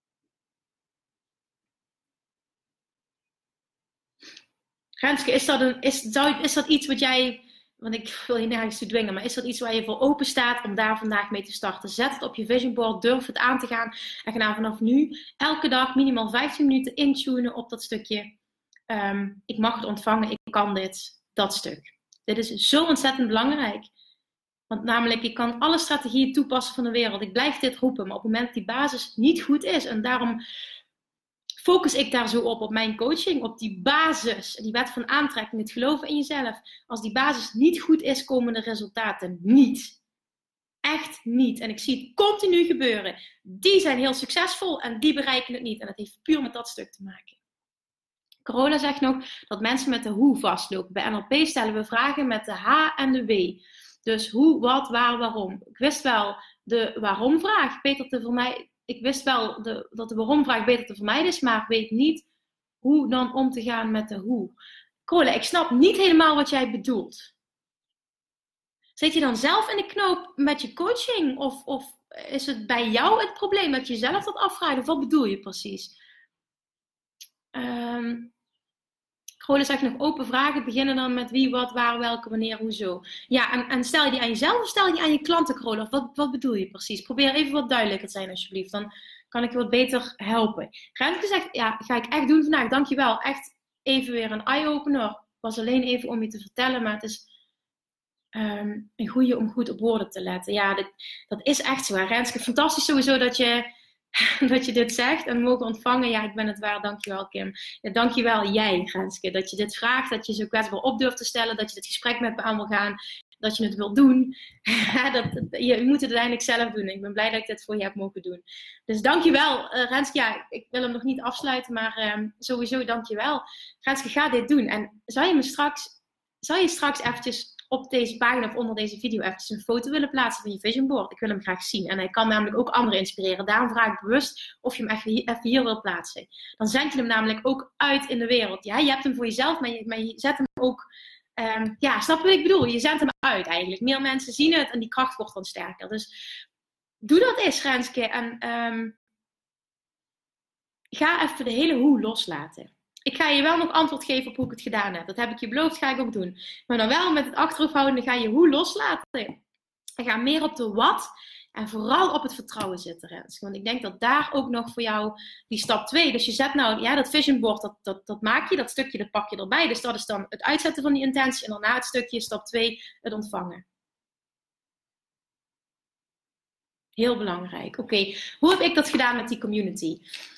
Renske, is dat, een, is, zou, is dat iets wat jij, want ik wil je nergens toe dwingen, maar is dat iets waar je voor open staat om daar vandaag mee te starten? Zet het op je vision board, durf het aan te gaan en ga vanaf nu elke dag minimaal vijftien minuten intunen op dat stukje. Um, ik mag het ontvangen, ik kan dit, dat stuk. Dit is zo ontzettend belangrijk. Want namelijk, ik kan alle strategieën toepassen van de wereld. Ik blijf dit roepen, maar op het moment dat die basis niet goed is en daarom focus ik daar zo op, op mijn coaching, op die basis, die wet van aantrekking, het geloven in jezelf. Als die basis niet goed is, komen de resultaten niet. Echt niet. En ik zie het continu gebeuren. Die zijn heel succesvol en die bereiken het niet. En dat heeft puur met dat stuk te maken. Carola zegt nog dat mensen met de hoe vastlopen. Bij N L P stellen we vragen met de H en de W. Dus hoe, wat, waar, waarom. Ik wist wel de waarom vraag beter te vermijden. Ik wist wel de, dat de waarom-vraag beter te vermijden is, maar ik weet niet hoe dan om te gaan met de hoe. Carola, ik snap niet helemaal wat jij bedoelt. Zit je dan zelf in de knoop met je coaching? Of, of is het bij jou het probleem dat je zelf dat afvraagt? Of wat bedoel je precies? Um, Carola zegt nog open vragen. Beginnen dan met wie, wat, waar, welke, wanneer, hoezo. Ja, en, en stel je die aan jezelf of stel je die aan je klanten, Carola? Of wat, wat bedoel je precies? Probeer even wat duidelijker te zijn alsjeblieft. Dan kan ik je wat beter helpen. Renske zegt, ja, ga ik echt doen vandaag. Dankjewel. Echt even weer een eye-opener. Was alleen even om je te vertellen, maar het is um, een goede om goed op woorden te letten. Ja, dit, dat is echt zo. Renske, fantastisch sowieso dat je... dat je dit zegt en mogen ontvangen. Ja, ik ben het waar. Dankjewel, Kim. Ja, dankjewel, jij, Renske. Dat je dit vraagt, dat je zo kwetsbaar op durft te stellen, dat je dit gesprek met me aan wil gaan, dat je het wilt doen. dat, je moet het uiteindelijk zelf doen. Ik ben blij dat ik dit voor je heb mogen doen. Dus dankjewel, uh, Renske. Ja, ik wil hem nog niet afsluiten, maar um, sowieso dankjewel. Renske, ga dit doen. En zou je me straks, zou je straks eventjes op deze pagina of onder deze video eventjes een foto willen plaatsen van je vision board? Ik wil hem graag zien. En hij kan namelijk ook anderen inspireren. Daarom vraag ik bewust of je hem even hier, even hier wil plaatsen. Dan zend je hem namelijk ook uit in de wereld. Ja, je hebt hem voor jezelf, maar je, maar je zet hem ook... Um, ja, snap je wat ik bedoel? Je zendt hem uit eigenlijk. Meer mensen zien het en die kracht wordt dan sterker. Dus doe dat eens, Renske. En um, ga even de hele hoe loslaten. Ik ga je wel nog antwoord geven op hoe ik het gedaan heb. Dat heb ik je beloofd, ga ik ook doen. Maar dan wel met het achterhoofd houden, ga je hoe loslaten. En ga meer op de wat en vooral op het vertrouwen zitten, Renske. Want ik denk dat daar ook nog voor jou die stap twee. Dus je zet nou, ja, dat vision board, dat, dat, dat maak je, dat stukje, dat pak je erbij. Dus dat is dan het uitzetten van die intentie. En daarna het stukje, stap twee, het ontvangen. Heel belangrijk. Oké, okay. Hoe heb ik dat gedaan met die community?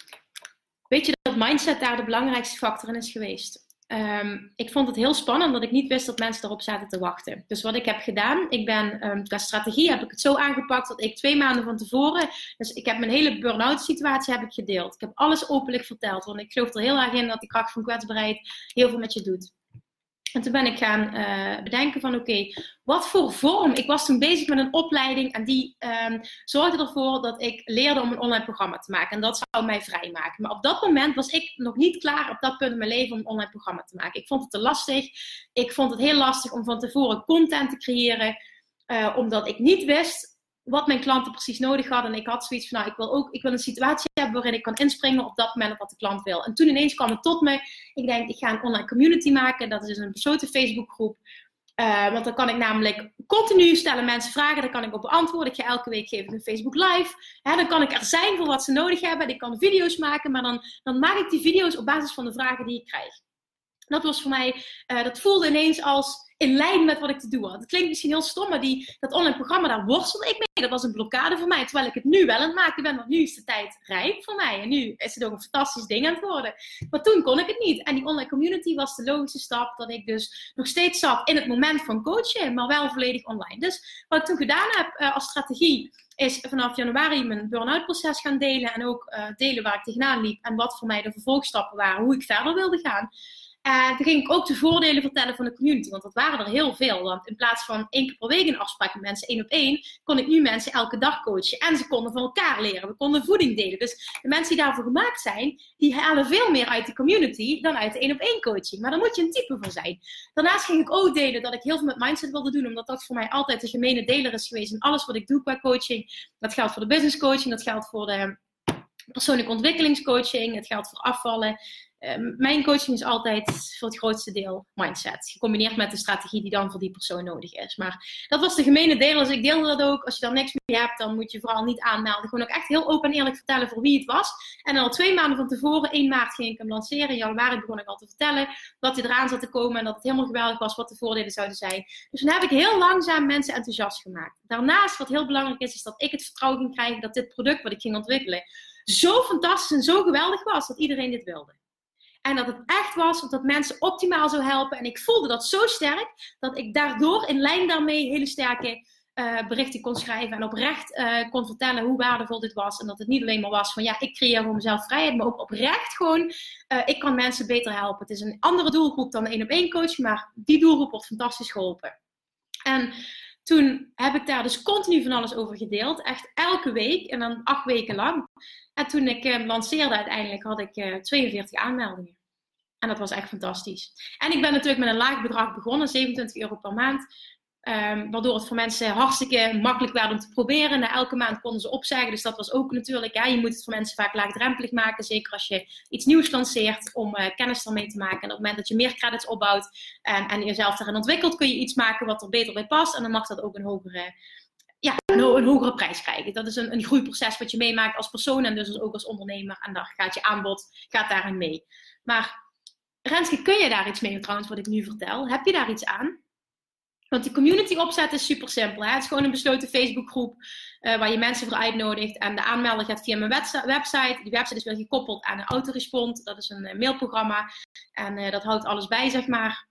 Weet je dat mindset daar de belangrijkste factor in is geweest? Um, ik vond het heel spannend dat ik niet wist dat mensen daarop zaten te wachten. Dus wat ik heb gedaan, ik ben um, qua strategie heb ik het zo aangepakt dat ik twee maanden van tevoren, dus ik heb mijn hele burn-out situatie heb ik gedeeld. Ik heb alles openlijk verteld, want ik geloof er heel erg in dat die kracht van kwetsbaarheid heel veel met je doet. En toen ben ik gaan uh, bedenken van oké, okay, wat voor vorm? Ik was toen bezig met een opleiding en die um, zorgde ervoor dat ik leerde om een online programma te maken. En dat zou mij vrijmaken. Maar op dat moment was ik nog niet klaar op dat punt in mijn leven om een online programma te maken. Ik vond het te lastig. Ik vond het heel lastig om van tevoren content te creëren. Uh, omdat ik niet wist wat mijn klanten precies nodig hadden. En ik had zoiets van, nou, ik wil ook ik wil een situatie hebben waarin ik kan inspringen op dat moment op wat de klant wil. En toen ineens kwam het tot me. Ik denk, ik ga een online community maken. Dat is dus een besloten Facebookgroep. Uh, want dan kan ik namelijk continu stellen mensen vragen. Daar kan ik op beantwoorden. Ik ga elke week geven een Facebook live. Hè, dan kan ik er zijn voor wat ze nodig hebben. Ik kan video's maken. Maar dan, dan maak ik die video's op basis van de vragen die ik krijg. Dat was voor mij, uh, dat voelde ineens als in lijn met wat ik te doen had. Het klinkt misschien heel stom, maar die, dat online programma, daar worstelde ik mee. Dat was een blokkade voor mij, terwijl ik het nu wel aan het maken ben. Want nu is de tijd rijp voor mij. En nu is het ook een fantastisch ding aan het worden. Maar toen kon ik het niet. En die online community was de logische stap dat ik dus nog steeds zat in het moment van coachen, maar wel volledig online. Dus wat ik toen gedaan heb uh, als strategie, is vanaf januari mijn burn-out proces gaan delen. En ook uh, delen waar ik tegenaan liep. En wat voor mij de vervolgstappen waren, hoe ik verder wilde gaan. En toen ging ik ook de voordelen vertellen van de community. Want dat waren er heel veel. Want in plaats van één keer per week een afspraak met mensen één op één, kon ik nu mensen elke dag coachen. En ze konden van elkaar leren. We konden voeding delen. Dus de mensen die daarvoor gemaakt zijn, die halen veel meer uit de community dan uit de één op één coaching. Maar daar moet je een type voor zijn. Daarnaast ging ik ook delen dat ik heel veel met mindset wilde doen. Omdat dat voor mij altijd de gemene deler is geweest in alles wat ik doe qua coaching. Dat geldt voor de business coaching. Dat geldt voor de persoonlijke ontwikkelingscoaching. Het geldt voor afvallen. Uh, mijn coaching is altijd voor het grootste deel mindset. Gecombineerd met de strategie die dan voor die persoon nodig is. Maar dat was de gemene deel. Dus ik deelde dat ook. Als je daar niks mee hebt, dan moet je vooral niet aanmelden. Gewoon ook echt heel open en eerlijk vertellen voor wie het was. En al twee maanden van tevoren, één maart ging ik hem lanceren. In januari begon ik al te vertellen dat hij eraan zat te komen. En dat het helemaal geweldig was wat de voordelen zouden zijn. Dus toen heb ik heel langzaam mensen enthousiast gemaakt. Daarnaast, wat heel belangrijk is, is dat ik het vertrouwen ging krijgen dat dit product wat ik ging ontwikkelen zo fantastisch en zo geweldig was dat iedereen dit wilde. En dat het echt was dat mensen optimaal zou helpen. En ik voelde dat zo sterk dat ik daardoor in lijn daarmee hele sterke uh, berichten kon schrijven. En oprecht uh, kon vertellen hoe waardevol dit was. En dat het niet alleen maar was van ja, ik creëer voor mezelf vrijheid. Maar ook oprecht gewoon, uh, ik kan mensen beter helpen. Het is een andere doelgroep dan één op één coach. Maar die doelgroep wordt fantastisch geholpen. En toen heb ik daar dus continu van alles over gedeeld. Echt elke week en dan acht weken lang. En toen ik uh, lanceerde uiteindelijk had ik uh, tweeënveertig aanmeldingen. En dat was echt fantastisch. En ik ben natuurlijk met een laag bedrag begonnen, zevenentwintig euro per maand. Um, waardoor het voor mensen hartstikke makkelijk werd om te proberen. Na elke maand konden ze opzeggen. Dus dat was ook natuurlijk, ja, je moet het voor mensen vaak laagdrempelig maken. Zeker als je iets nieuws lanceert om uh, kennis ermee te maken. En op het moment dat je meer credits opbouwt en, en jezelf daarin ontwikkelt, kun je iets maken wat er beter bij past. En dan mag dat ook een hogere, ja, een, een hogere prijs krijgen. Dat is een, een groeiproces wat je meemaakt als persoon en dus ook als ondernemer. En daar gaat je aanbod gaat daarin mee. Maar Renske, kun je daar iets mee trouwens wat ik nu vertel? Heb je daar iets aan? Want die community opzet is super simpel. Hè? Het is gewoon een besloten Facebookgroep uh, waar je mensen voor uitnodigt. En de aanmelder gaat via mijn website. Die website is weer gekoppeld aan een autorespond. Dat is een uh, mailprogramma. En uh, dat houdt alles bij, zeg maar.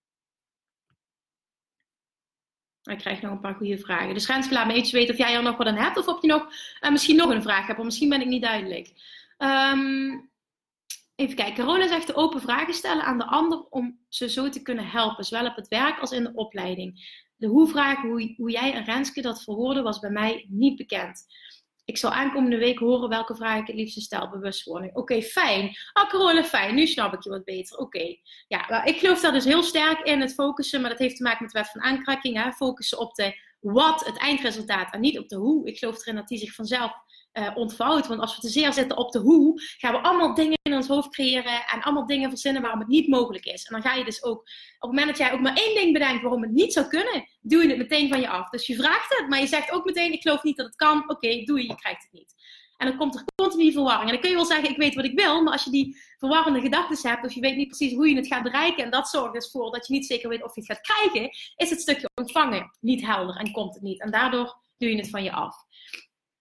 Ik krijg nog een paar goede vragen. Dus Renske, laat me eens weten of jij er nog wat aan hebt. Of of je nog, uh, misschien nog een vraag hebt. Of misschien ben ik niet duidelijk. Um, Even kijken, Carola zegt de open vragen stellen aan de ander om ze zo te kunnen helpen, zowel op het werk als in de opleiding. De hoe-vraag, hoe, hoe jij en Renske dat verwoorden, was bij mij niet bekend. Ik zal aankomende week horen welke vraag ik het liefste stel, bewustwording. Oké, okay, fijn. Ah, Carola, fijn. Nu snap ik je wat beter. Oké. Okay. Ja, nou, ik geloof daar dus heel sterk in, het focussen, maar dat heeft te maken met de wet van aankrakking. Hè? Focussen op de wat, het eindresultaat, en niet op de hoe. Ik geloof erin dat die zich vanzelf Uh, ontvouwt. Want als we te zeer zitten op de hoe, gaan we allemaal dingen in ons hoofd creëren en allemaal dingen verzinnen waarom het niet mogelijk is. En dan ga je dus ook, op het moment dat jij ook maar één ding bedenkt waarom het niet zou kunnen, doe je het meteen van je af. Dus je vraagt het, maar je zegt ook meteen, ik geloof niet dat het kan. Oké, okay, doe je, je krijgt het niet. En dan komt er continu verwarring. En dan kun je wel zeggen, ik weet wat ik wil, maar als je die verwarrende gedachten hebt, of je weet niet precies hoe je het gaat bereiken, en dat zorgt dus voor dat je niet zeker weet of je het gaat krijgen, is het stukje ontvangen niet helder en komt het niet. En daardoor doe je het van je af.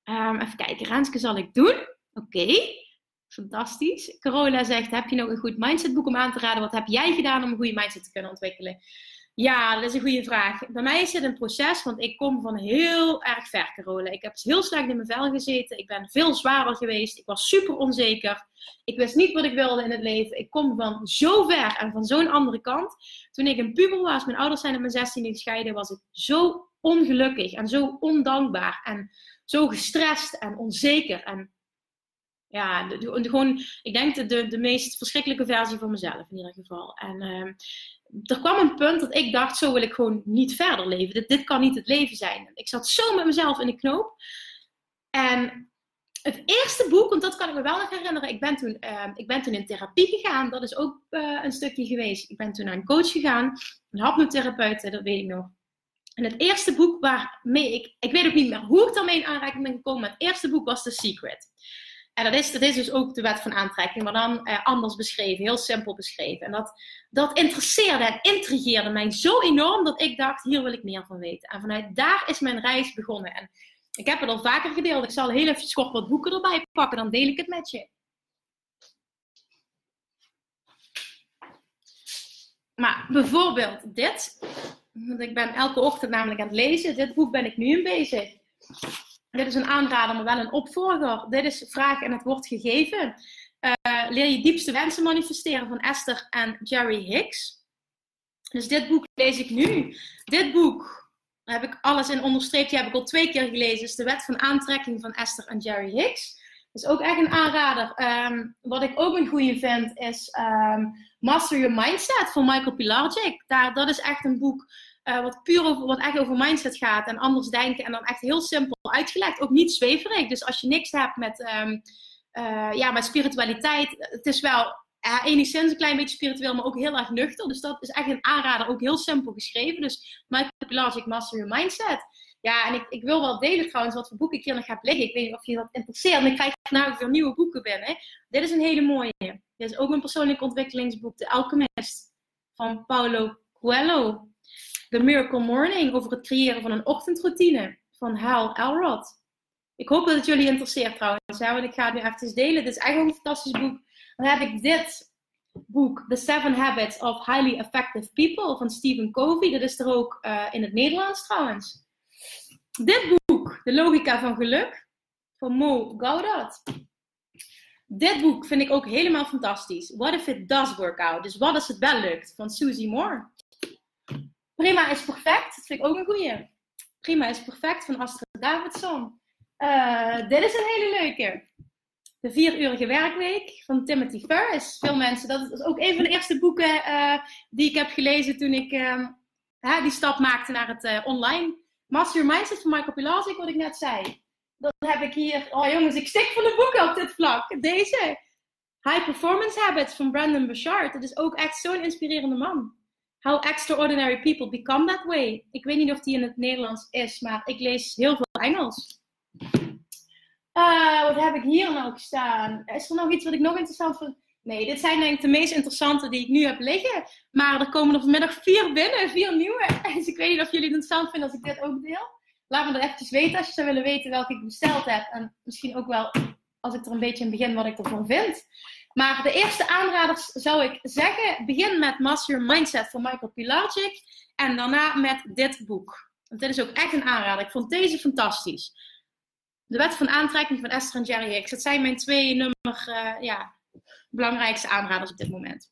Um, even kijken, Renske zal ik doen. Oké, okay. Fantastisch. Carola zegt, heb je nog een goed mindsetboek om aan te raden? Wat heb jij gedaan om een goede mindset te kunnen ontwikkelen? Ja, dat is een goede vraag. Bij mij is dit een proces, want ik kom van heel erg ver, Carola. Ik heb heel slecht in mijn vel gezeten. Ik ben veel zwaarder geweest. Ik was super onzeker. Ik wist niet wat ik wilde in het leven. Ik kom van zo ver en van zo'n andere kant. Toen ik een puber was, mijn ouders zijn op mijn zestiende gescheiden, was ik zo ongelukkig en zo ondankbaar en zo gestrest en onzeker. En ja, de, de, de, gewoon, ik denk de, de, de meest verschrikkelijke versie van mezelf in ieder geval. En uh, er kwam een punt dat ik dacht, zo wil ik gewoon niet verder leven. Dit, dit kan niet het leven zijn. Ik zat zo met mezelf in de knoop. En het eerste boek, want dat kan ik me wel nog herinneren. Ik ben toen, uh, ik ben toen in therapie gegaan. Dat is ook uh, een stukje geweest. Ik ben toen naar een coach gegaan. Een hypnotherapeut, dat weet ik nog. En het eerste boek waarmee ik... Ik weet ook niet meer hoe ik daarmee in aanraking ben gekomen. Maar het eerste boek was The Secret. En dat is, dat is dus ook de wet van aantrekking, maar dan eh, anders beschreven, heel simpel beschreven. En dat, dat interesseerde en intrigeerde mij zo enorm dat ik dacht, hier wil ik meer van weten. En vanuit daar is mijn reis begonnen. En ik heb het al vaker gedeeld. Ik zal heel even kort wat boeken erbij pakken, dan deel ik het met je. Maar bijvoorbeeld dit. Want ik ben elke ochtend namelijk aan het lezen. Dit boek ben ik nu in bezig. Dit is een aanrader, maar wel een opvolger. Dit is Vraag en het wordt gegeven. Uh, leer je diepste wensen manifesteren van Esther en Jerry Hicks. Dus dit boek lees ik nu. Dit boek, daar heb ik alles in onderstreept. Die heb ik al twee keer gelezen. Is de wet van aantrekking van Esther en Jerry Hicks. Dat is ook echt een aanrader. Um, wat ik ook een goede vind is um, Master Your Mindset van Michael Pilarczyk. Daar, dat is echt een boek uh, wat puur over, wat echt over mindset gaat. En anders denken. En dan echt heel simpel uitgelegd. Ook niet zweverig. Dus als je niks hebt met, um, uh, ja, met spiritualiteit. Het is wel uh, enigszins een klein beetje spiritueel. Maar ook heel erg nuchter. Dus dat is echt een aanrader. Ook heel simpel geschreven. Dus Michael Pilarczyk, Master Your Mindset. Ja, en ik, ik wil wel delen trouwens wat voor boeken ik hier nog heb liggen. Ik weet niet of je dat interesseert. En ik krijg vandaag weer nieuwe boeken binnen. Dit is een hele mooie. Dit is ook een persoonlijk ontwikkelingsboek. The Alchemist van Paulo Coelho. The Miracle Morning. Over het creëren van een ochtendroutine. Van Hal Elrod. Ik hoop dat het jullie interesseert trouwens. Ja, want ik ga het nu even delen. Dit is echt een fantastisch boek. Dan heb ik dit boek. The Seven Habits of Highly Effective People. Van Stephen Covey. Dat is er ook uh, in het Nederlands trouwens. Dit boek, De Logica van Geluk, van Mo Gaudat. Dit boek vind ik ook helemaal fantastisch. What if it does work out? Dus wat als het wel lukt? Van Susie Moore. Prima is perfect. Dat vind ik ook een goeie. Prima is perfect van Astrid Davidson. Uh, dit is een hele leuke. De vierurige werkweek van Timothy Ferriss. Veel mensen, dat is ook een van de eerste boeken uh, die ik heb gelezen toen ik uh, uh, die stap maakte naar het uh, online. Master Your Mindset van Michael Pilarczyk, wat ik net zei. Dat heb ik hier. Oh jongens, ik stik van de boeken op dit vlak. Deze. High Performance Habits van Brendon Burchard. Dat is ook echt zo'n inspirerende man. How Extraordinary People Become That Way. Ik weet niet of die in het Nederlands is, maar ik lees heel veel Engels. Uh, wat heb ik hier nou staan? Is er nog iets wat ik nog interessant vind? Nee, dit zijn denk ik de meest interessante die ik nu heb liggen. Maar er komen er vanmiddag vier binnen, vier nieuwe. Dus ik weet niet of jullie het interessant vinden als ik dit ook deel. Laat me dat eventjes weten als je zou willen weten welke ik besteld heb. En misschien ook wel, als ik er een beetje in begin, wat ik ervan vind. Maar de eerste aanraders zou ik zeggen, begin met Master Your Mindset van Michael Pilarczyk. En daarna met dit boek. Want dit is ook echt een aanrader. Ik vond deze fantastisch. De wet van aantrekking van Esther en Jerry Hicks. Dat zijn mijn twee nummer, uh, ja... belangrijkste aanraders op dit moment.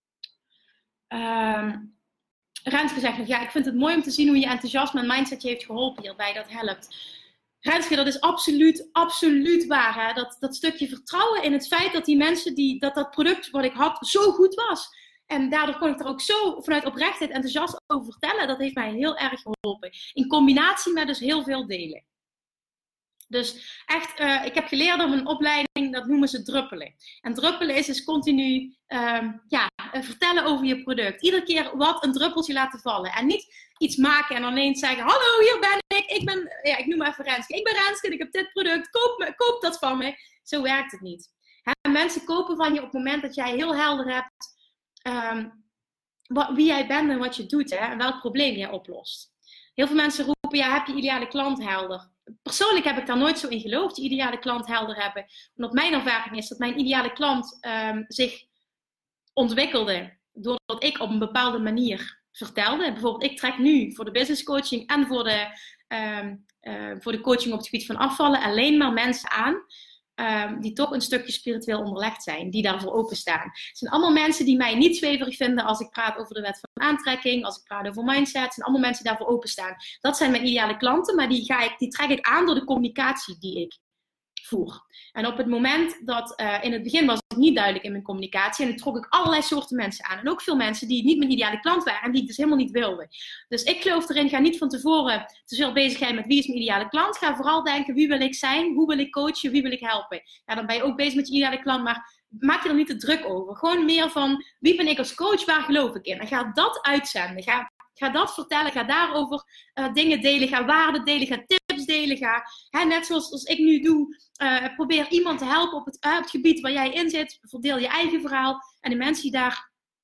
Um, Renske zegt nog, ja, ik vind het mooi om te zien hoe je enthousiasme en mindset je heeft geholpen hierbij. Dat helpt. Renske, dat is absoluut, absoluut waar. Hè? Dat, dat stukje vertrouwen in het feit dat die mensen, die, dat dat product wat ik had, zo goed was. En daardoor kon ik er ook zo vanuit oprechtheid enthousiast over vertellen. Dat heeft mij heel erg geholpen. In combinatie met dus heel veel delen. Dus echt, uh, ik heb geleerd op een opleiding, dat noemen ze druppelen. En druppelen is dus continu uh, ja, vertellen over je product. Iedere keer wat een druppeltje laten vallen. En niet iets maken en alleen zeggen, hallo, hier ben ik. Ik ben, ja, ik noem maar even Renske. Ik ben Renske en ik heb dit product. Koop, me, koop dat van me. Zo werkt het niet. Hè? Mensen kopen van je op het moment dat jij heel helder hebt um, wat, wie jij bent en wat je doet. Hè? En welk probleem jij oplost. Heel veel mensen roepen, ja, heb je ideale klant helder? persoonlijk heb ik daar nooit zo in geloofd, die ideale klant helder hebben. Omdat mijn ervaring is dat mijn ideale klant um, zich ontwikkelde doordat ik op een bepaalde manier vertelde. Bijvoorbeeld, ik trek nu voor de business coaching en voor de, um, uh, voor de coaching op het gebied van afvallen alleen maar mensen aan um, die toch een stukje spiritueel onderlegd zijn, die daarvoor openstaan. Het zijn allemaal mensen die mij niet zweverig vinden als ik praat over de wet van aantrekking, als ik praat over mindset. Het zijn allemaal mensen die daarvoor openstaan. Dat zijn mijn ideale klanten, maar die, ga ik, die trek ik aan door de communicatie die ik voer. En op het moment dat, uh, in het begin was ik niet duidelijk in mijn communicatie en dan trok ik allerlei soorten mensen aan. En ook veel mensen die niet mijn ideale klant waren en die ik dus helemaal niet wilde. Dus ik geloof erin, ga niet van tevoren te veel bezig zijn met wie is mijn ideale klant. Ga vooral denken, wie wil ik zijn, hoe wil ik coachen, wie wil ik helpen. Ja, dan ben je ook bezig met je ideale klant, maar maak je er niet te druk over. Gewoon meer van, wie ben ik als coach, waar geloof ik in? En ga dat uitzenden. Ga, ga dat vertellen, ga daarover uh, dingen delen, ga waarden delen, ga tips delen. Ga, hè, net zoals als ik nu doe, uh, probeer iemand te helpen op het, uh, op het gebied waar jij in zit. Verdeel je eigen verhaal. En de mensen die daarin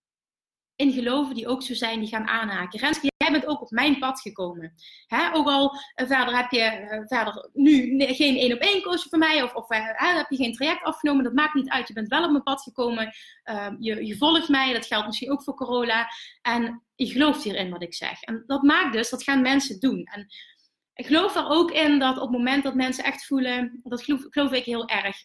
geloven, die ook zo zijn, die gaan aanhaken. Renske, jij bent ook op mijn pad gekomen. Hè? Ook al uh, verder heb je uh, verder nu nee, geen één op één coach van mij. Of, of uh, heb je geen traject afgenomen. Dat maakt niet uit. Je bent wel op mijn pad gekomen. Uh, je, je volgt mij. Dat geldt misschien ook voor Carola. En je gelooft hierin wat ik zeg. En dat maakt dus, dat gaan mensen doen. En ik geloof er ook in dat op het moment dat mensen echt voelen, dat geloof, geloof ik heel erg.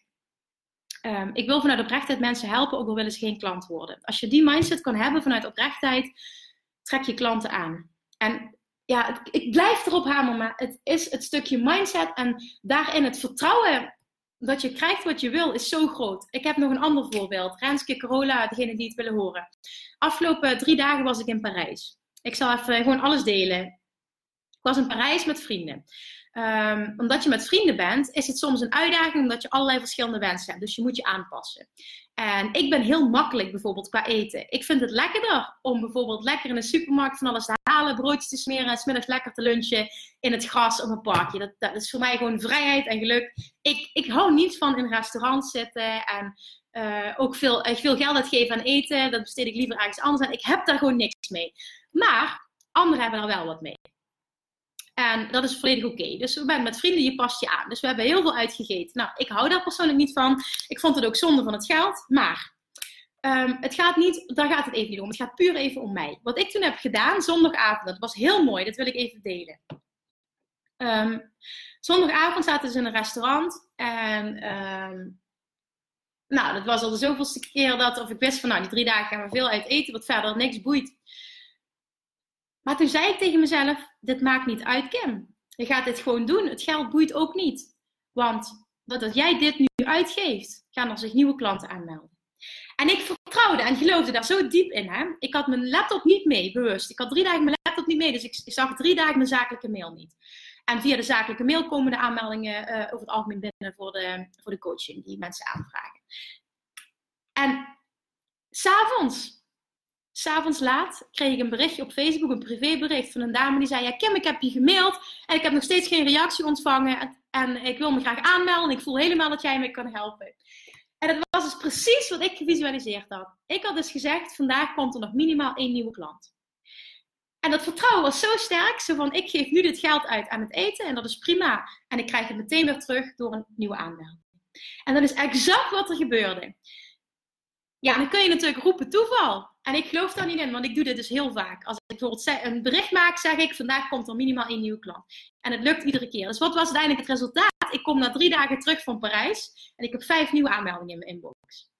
Um, ik wil vanuit oprechtheid mensen helpen, ook al willen ze geen klant worden. Als je die mindset kan hebben vanuit oprechtheid, trek je klanten aan. En ja, het, ik blijf erop hameren, maar het is het stukje mindset en daarin het vertrouwen dat je krijgt wat je wil, is zo groot. Ik heb nog een ander voorbeeld. Renske, Carola, degene die het willen horen. Afgelopen drie dagen was ik in Parijs. Ik zal even gewoon alles delen. Ik was in Parijs met vrienden. Um, omdat je met vrienden bent, is het soms een uitdaging omdat je allerlei verschillende wensen hebt. Dus je moet je aanpassen. En ik ben heel makkelijk bijvoorbeeld qua eten. Ik vind het lekkerder om bijvoorbeeld lekker in een supermarkt van alles te halen, broodjes te smeren en 's middags lekker te lunchen in het gras op een parkje. Dat, dat is voor mij gewoon vrijheid en geluk. Ik, ik hou niet van in restaurants zitten en uh, ook veel, uh, veel geld uitgeven aan eten. Dat besteed ik liever ergens anders aan. Ik heb daar gewoon niks mee. Maar anderen hebben er wel wat mee. En dat is volledig oké. Okay. Dus we zijn met vrienden, je past je aan. Dus we hebben heel veel uitgegeten. Nou, ik hou daar persoonlijk niet van. Ik vond het ook zonde van het geld. Maar um, het gaat niet, daar gaat het even niet om. Het gaat puur even om mij. Wat ik toen heb gedaan, zondagavond, dat was heel mooi. Dat wil ik even delen. Um, zondagavond zaten ze in een restaurant. En um, nou, dat was al de zoveelste keer dat, of ik wist van, nou, die drie dagen gaan we veel uit eten. Wat verder niks boeit. Maar toen zei ik tegen mezelf, dit maakt niet uit, Kim. Je gaat dit gewoon doen. Het geld boeit ook niet. Want doordat jij dit nu uitgeeft, gaan er zich nieuwe klanten aanmelden. En ik vertrouwde en geloofde daar zo diep in. Hè? Ik had mijn laptop niet mee, bewust. Ik had drie dagen mijn laptop niet mee, dus ik, ik zag drie dagen mijn zakelijke mail niet. En via de zakelijke mail komen de aanmeldingen uh, over het algemeen binnen voor de, voor de coaching die mensen aanvragen. En 's avonds... S'avonds laat kreeg ik een berichtje op Facebook, een privébericht van een dame die zei: ja, Kim, ik heb je gemaild en ik heb nog steeds geen reactie ontvangen en, en ik wil me graag aanmelden en ik voel helemaal dat jij me kan helpen. En dat was dus precies wat ik gevisualiseerd had. Ik had dus gezegd, vandaag komt er nog minimaal één nieuwe klant. En dat vertrouwen was zo sterk, zo van ik geef nu dit geld uit aan het eten en dat is prima. En ik krijg het meteen weer terug door een nieuwe aanmelding. En dat is exact wat er gebeurde. Ja, dan kun je natuurlijk roepen toeval. En ik geloof daar niet in, want ik doe dit dus heel vaak. Als ik bijvoorbeeld een bericht maak, zeg ik, vandaag komt er minimaal één nieuwe klant. En het lukt iedere keer. Dus wat was uiteindelijk het resultaat? Ik kom na drie dagen terug van Parijs en ik heb vijf nieuwe aanmeldingen in mijn inbox.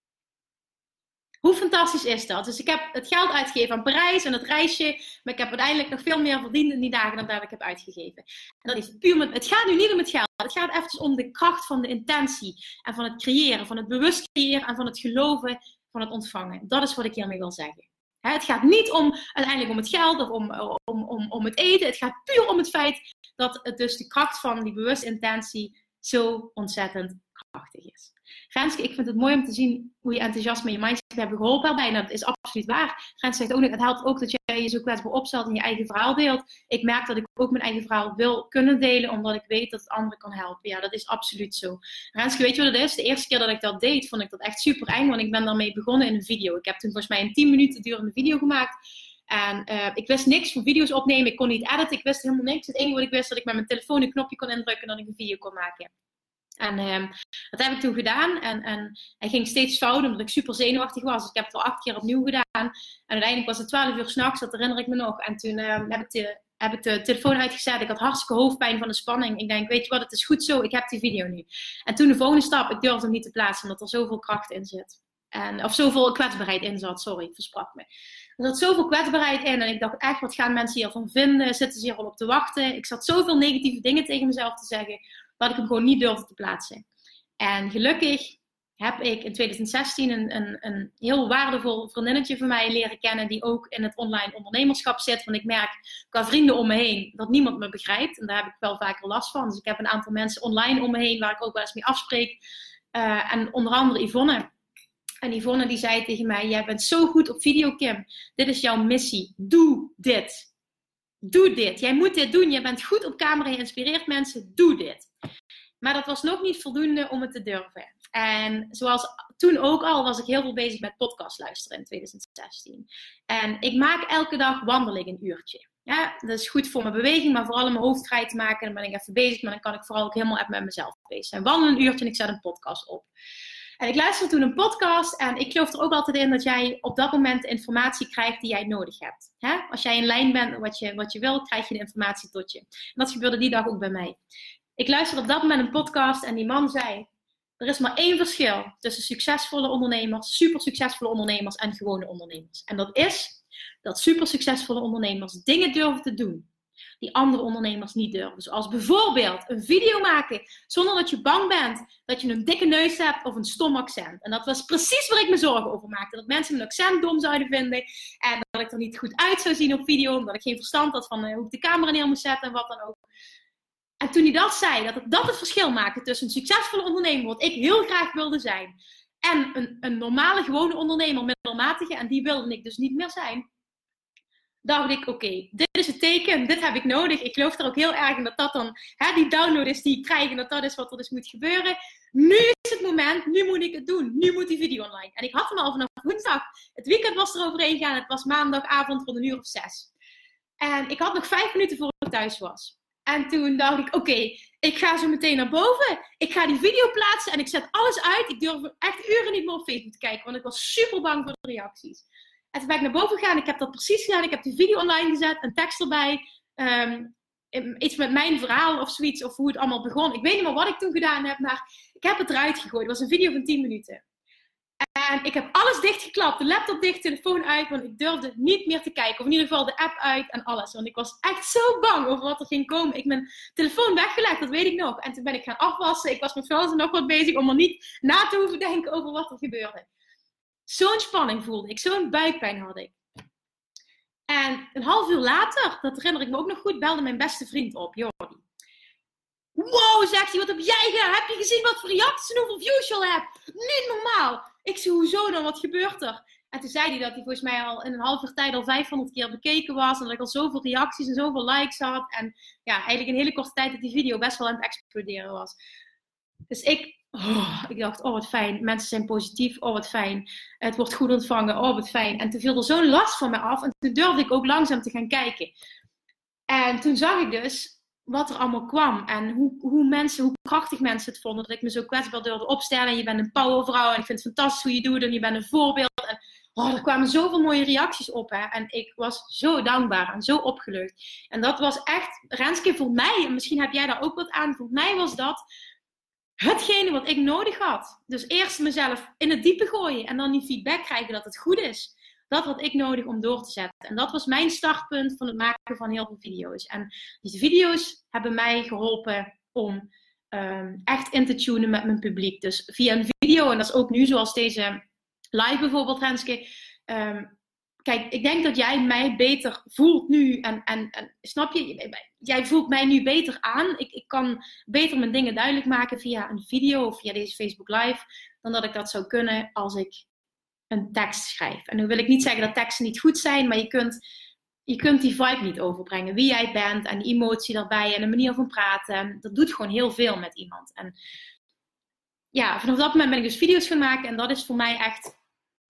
Hoe fantastisch is dat? Dus ik heb het geld uitgegeven aan Parijs en het reisje, maar ik heb uiteindelijk nog veel meer verdiend in die dagen dan dat ik heb uitgegeven. En dat is puur met, het gaat nu niet om het geld. Het gaat eventjes om de kracht van de intentie en van het creëren, van het bewust creëren en van het geloven van het ontvangen. Dat is wat ik hiermee wil zeggen. Het gaat niet om uiteindelijk om het geld of om, om, om, om het eten. Het gaat puur om het feit dat het dus de kracht van die bewuste intentie zo ontzettend krachtig is. Renske, ik vind het mooi om te zien hoe je enthousiasme en je mindset hebben geholpen daarbij. En dat is absoluut waar. Renske zegt ook, het helpt ook dat jij je zo kwetsbaar opstelt en je eigen verhaal deelt. Ik merk dat ik ook mijn eigen verhaal wil kunnen delen, omdat ik weet dat het anderen kan helpen. Ja, dat is absoluut zo. Renske, weet je wat het is? De eerste keer dat ik dat deed, vond ik dat echt super eng, want ik ben daarmee begonnen in een video. Ik heb toen volgens mij een tien minuten durende video gemaakt. En uh, ik wist niks van video's opnemen. Ik kon niet editen. Ik wist helemaal niks. Het enige wat ik wist, dat ik met mijn telefoon een knopje kon indrukken en dat ik een video kon maken. En um, dat heb ik toen gedaan. En, en hij ging steeds fout, omdat ik super zenuwachtig was. Dus ik heb het al acht keer opnieuw gedaan. En uiteindelijk was het twaalf uur 's nachts, dat herinner ik me nog. En toen um, heb ik de... heb ik de telefoon uitgezet. Ik had hartstikke hoofdpijn van de spanning. Ik denk, weet je wat, het is goed zo. Ik heb die video nu. En toen de volgende stap. Ik durfde hem niet te plaatsen. Omdat er zoveel kracht in zit. En, of zoveel kwetsbaarheid in zat. Sorry, ik versprak me. Er zat zoveel kwetsbaarheid in. En ik dacht echt, wat gaan mensen hiervan vinden? Zitten ze hier al op te wachten? Ik zat zoveel negatieve dingen tegen mezelf te zeggen. Dat ik hem gewoon niet durfde te plaatsen. En gelukkig heb ik in twintig zestien een, een, een heel waardevol vriendinnetje van mij leren kennen, die ook in het online ondernemerschap zit. Want ik merk qua vrienden om me heen dat niemand me begrijpt. En daar heb ik wel vaker last van. Dus ik heb een aantal mensen online om me heen waar ik ook wel eens mee afspreek. Uh, en onder andere Yvonne. En Yvonne die zei tegen mij, jij bent zo goed op video, Kim. Dit is jouw missie. Doe dit. Doe dit. Jij moet dit doen. Jij bent goed op camera. Je inspireert mensen. Doe dit. Maar dat was nog niet voldoende om het te durven. En zoals toen ook al, was ik heel veel bezig met podcast luisteren in twintig zestien. En ik maak elke dag wandeling een uurtje. Ja, dat is goed voor mijn beweging, maar vooral om mijn hoofd vrij te maken. Dan ben ik even bezig, maar dan kan ik vooral ook helemaal even met mezelf bezig zijn. Wandelen een uurtje en ik zet een podcast op. En ik luisterde toen een podcast en ik geloof er ook altijd in dat jij op dat moment de informatie krijgt die jij nodig hebt. Hè? Als jij in lijn bent wat je, wat je wil, krijg je de informatie tot je. En dat gebeurde die dag ook bij mij. Ik luisterde op dat moment een podcast en die man zei, er is maar één verschil tussen succesvolle ondernemers, super succesvolle ondernemers en gewone ondernemers. En dat is dat super succesvolle ondernemers dingen durven te doen die andere ondernemers niet durven. Zoals bijvoorbeeld een video maken zonder dat je bang bent dat je een dikke neus hebt of een stom accent. En dat was precies waar ik me zorgen over maakte. Dat mensen mijn accent dom zouden vinden en dat ik er niet goed uit zou zien op video, omdat ik geen verstand had van uh, hoe ik de camera neer moest zetten en wat dan ook. En toen hij dat zei, dat het, dat het verschil maakte tussen een succesvolle ondernemer, wat ik heel graag wilde zijn, en een, een normale, gewone ondernemer, middelmatige, en die wilde ik dus niet meer zijn, dacht ik, oké, okay, dit is het teken, dit heb ik nodig. Ik geloof er ook heel erg in dat dat dan, hè, die download is die ik krijg en dat dat is wat er dus moet gebeuren. Nu is het moment, nu moet ik het doen, nu moet die video online. En ik had hem al vanaf woensdag, het weekend was er overheen gegaan, het was maandagavond rond een uur of zes. En ik had nog vijf minuten voor ik thuis was. En toen dacht ik, oké, okay, ik ga zo meteen naar boven. Ik ga die video plaatsen en ik zet alles uit. Ik durf echt uren niet meer op Facebook te kijken, want ik was super bang voor de reacties. En toen ben ik naar boven gegaan. Ik heb dat precies gedaan. Ik heb die video online gezet, een tekst erbij. Um, iets met mijn verhaal of zoiets, of hoe het allemaal begon. Ik weet niet meer wat ik toen gedaan heb, maar ik heb het eruit gegooid. Het was een video van tien minuten. En ik heb alles dichtgeklapt, de laptop dicht, telefoon uit, want ik durfde niet meer te kijken. Of in ieder geval de app uit en alles. Want ik was echt zo bang over wat er ging komen. Ik ben mijn telefoon weggelegd, dat weet ik nog. En toen ben ik gaan afwassen. Ik was met van alles en nog wat bezig om er niet na te hoeven denken over wat er gebeurde. Zo'n spanning voelde ik, zo'n buikpijn had ik. En een half uur later, dat herinner ik me ook nog goed, belde mijn beste vriend op, Jordi. Wow, zegt hij, wat heb jij gedaan? Heb je gezien wat voor reacties en hoeveel views je al hebt? Niet normaal. Ik zei, hoezo dan? Wat gebeurt er? En toen zei hij dat hij volgens mij al in een half uur tijd al vijfhonderd keer bekeken was. En dat ik al zoveel reacties en zoveel likes had. En ja, eigenlijk in een hele korte tijd dat die video best wel aan het exploderen was. Dus ik, oh, ik dacht, oh wat fijn. Mensen zijn positief, oh wat fijn. Het wordt goed ontvangen, oh wat fijn. En toen viel er zo'n last van me af. En toen durfde ik ook langzaam te gaan kijken. En toen zag ik dus wat er allemaal kwam. En hoe, hoe mensen, hoe krachtig mensen het vonden. Dat ik me zo kwetsbaar durfde opstellen. En je bent een powervrouw. En ik vind het fantastisch hoe je doet. En je bent een voorbeeld. En oh, er kwamen zoveel mooie reacties op. Hè. En ik was zo dankbaar. En zo opgelucht. En dat was echt, Renske, voor mij. En misschien heb jij daar ook wat aan. Voor mij was dat hetgene wat ik nodig had. Dus eerst mezelf in het diepe gooien. En dan die feedback krijgen dat het goed is. Dat had ik nodig om door te zetten. En dat was mijn startpunt van het maken van heel veel video's. En die video's hebben mij geholpen om um, echt in te tunen met mijn publiek. Dus via een video, en dat is ook nu zoals deze live bijvoorbeeld, Renske. Um, kijk, ik denk dat jij mij beter voelt nu. En, en, en snap je? Jij voelt mij nu beter aan. Ik, ik kan beter mijn dingen duidelijk maken via een video of via deze Facebook Live. Dan dat ik dat zou kunnen als ik een tekst schrijf. En nu wil ik niet zeggen dat teksten niet goed zijn, maar je kunt, je kunt die vibe niet overbrengen. Wie jij bent en die emotie daarbij en de manier van praten. Dat doet gewoon heel veel met iemand. En ja, vanaf dat moment ben ik dus video's gaan maken en dat is voor mij echt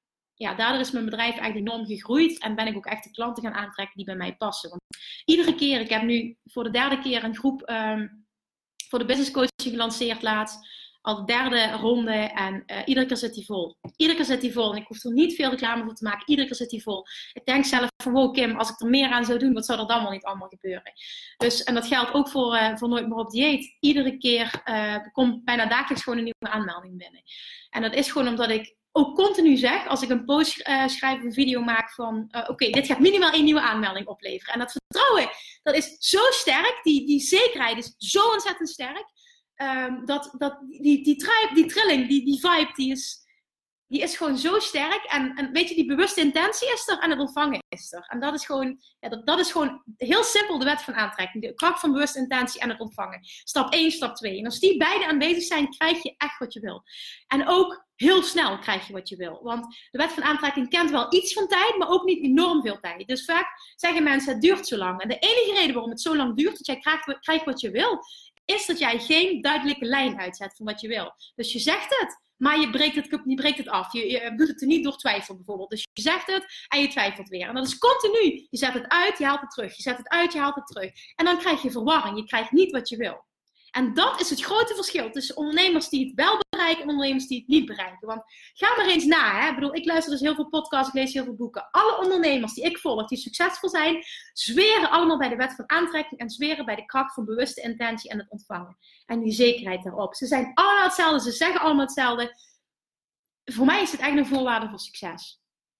ja, daardoor is mijn bedrijf eigenlijk enorm gegroeid. En ben ik ook echt de klanten gaan aantrekken die bij mij passen. Want iedere keer, ik heb nu voor de derde keer een groep um, voor de business coaching gelanceerd laatst. Al de derde ronde en uh, iedere keer zit die vol. Iedere keer zit die vol. En ik hoef er niet veel reclame voor te maken. Iedere keer zit die vol. Ik denk zelf van, wow Kim, als ik er meer aan zou doen, wat zou er dan wel niet allemaal gebeuren? Dus, en dat geldt ook voor, uh, voor Nooit meer op dieet. Iedere keer uh, komt bijna dagelijks gewoon een nieuwe aanmelding binnen. En dat is gewoon omdat ik ook continu zeg, als ik een post uh, schrijf of een video maak van, uh, oké, okay, dit gaat minimaal één nieuwe aanmelding opleveren. En dat vertrouwen, dat is zo sterk. Die, die zekerheid is zo ontzettend sterk. Um, dat, dat, die, die, tribe, die trilling, die, die vibe, die is, die is gewoon zo sterk. En, en weet je, die bewuste intentie is er en het ontvangen is er. En dat is gewoon, ja, dat, dat is gewoon heel simpel de wet van aantrekking. De kracht van bewuste intentie en het ontvangen. Stap één, stap twee. En als die beide aanwezig zijn, krijg je echt wat je wil. En ook heel snel krijg je wat je wil. Want de wet van aantrekking kent wel iets van tijd, maar ook niet enorm veel tijd. Dus vaak zeggen mensen, het duurt zo lang. En de enige reden waarom het zo lang duurt, dat jij krijgt, krijgt wat je wil, is dat jij geen duidelijke lijn uitzet van wat je wil. Dus je zegt het, maar je breekt het, je breekt het af. Je, je doet het er niet door twijfel bijvoorbeeld. Dus je zegt het en je twijfelt weer. En dat is continu. Je zet het uit, je haalt het terug. Je zet het uit, je haalt het terug. En dan krijg je verwarring. Je krijgt niet wat je wil. En dat is het grote verschil tussen ondernemers die het wel bereiken en ondernemers die het niet bereiken. Want ga maar eens na. Hè? Ik bedoel, ik luister dus heel veel podcasts, ik lees heel veel boeken. Alle ondernemers die ik volg, die succesvol zijn, zweren allemaal bij de wet van aantrekking en zweren bij de kracht van bewuste intentie en het ontvangen. En die zekerheid daarop. Ze zijn allemaal hetzelfde, ze zeggen allemaal hetzelfde. Voor mij is het eigenlijk een voorwaarde voor succes.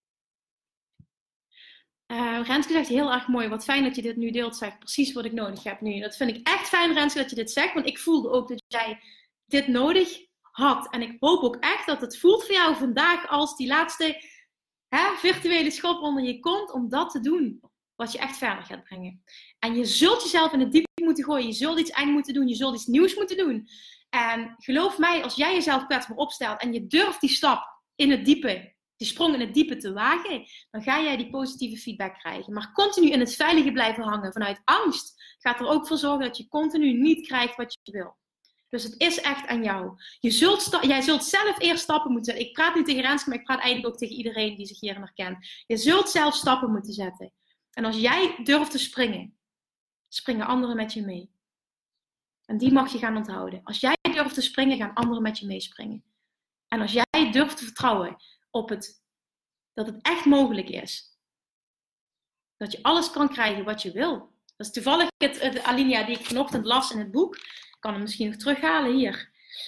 Uh, Renske zegt heel erg mooi. Wat fijn dat je dit nu deelt. Zegt precies wat ik nodig heb nu. Dat vind ik echt fijn, Renske, dat je dit zegt. Want ik voelde ook dat jij dit nodig had. En ik hoop ook echt dat het voelt voor jou vandaag als die laatste hè, virtuele schop onder je kont. Om dat te doen wat je echt verder gaat brengen. En je zult jezelf in het diepe moeten gooien. Je zult iets eng moeten doen. Je zult iets nieuws moeten doen. En geloof mij, als jij jezelf kwetsbaar opstelt. En je durft die stap in het diepe. Die sprong in het diepe te wagen, dan ga jij die positieve feedback krijgen. Maar continu in het veilige blijven hangen vanuit angst gaat er ook voor zorgen dat je continu niet krijgt wat je wil. Dus het is echt aan jou. Je zult sta- jij zult zelf eerst stappen moeten zetten. Ik praat nu tegen Renske, maar ik praat eigenlijk ook tegen iedereen die zich hier herkent. Je zult zelf stappen moeten zetten. En als jij durft te springen, springen anderen met je mee. En die mag je gaan onthouden. Als jij durft te springen, gaan anderen met je meespringen. En als jij durft te vertrouwen op het, dat het echt mogelijk is. Dat je alles kan krijgen wat je wil. Dat is toevallig het, de alinea die ik vanochtend las in het boek. Ik kan hem misschien nog terughalen hier.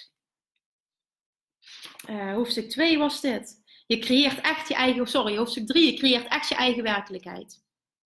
Uh, hoofdstuk twee was dit. Je creëert echt je eigen, sorry, hoofdstuk drie. Je creëert echt je eigen werkelijkheid.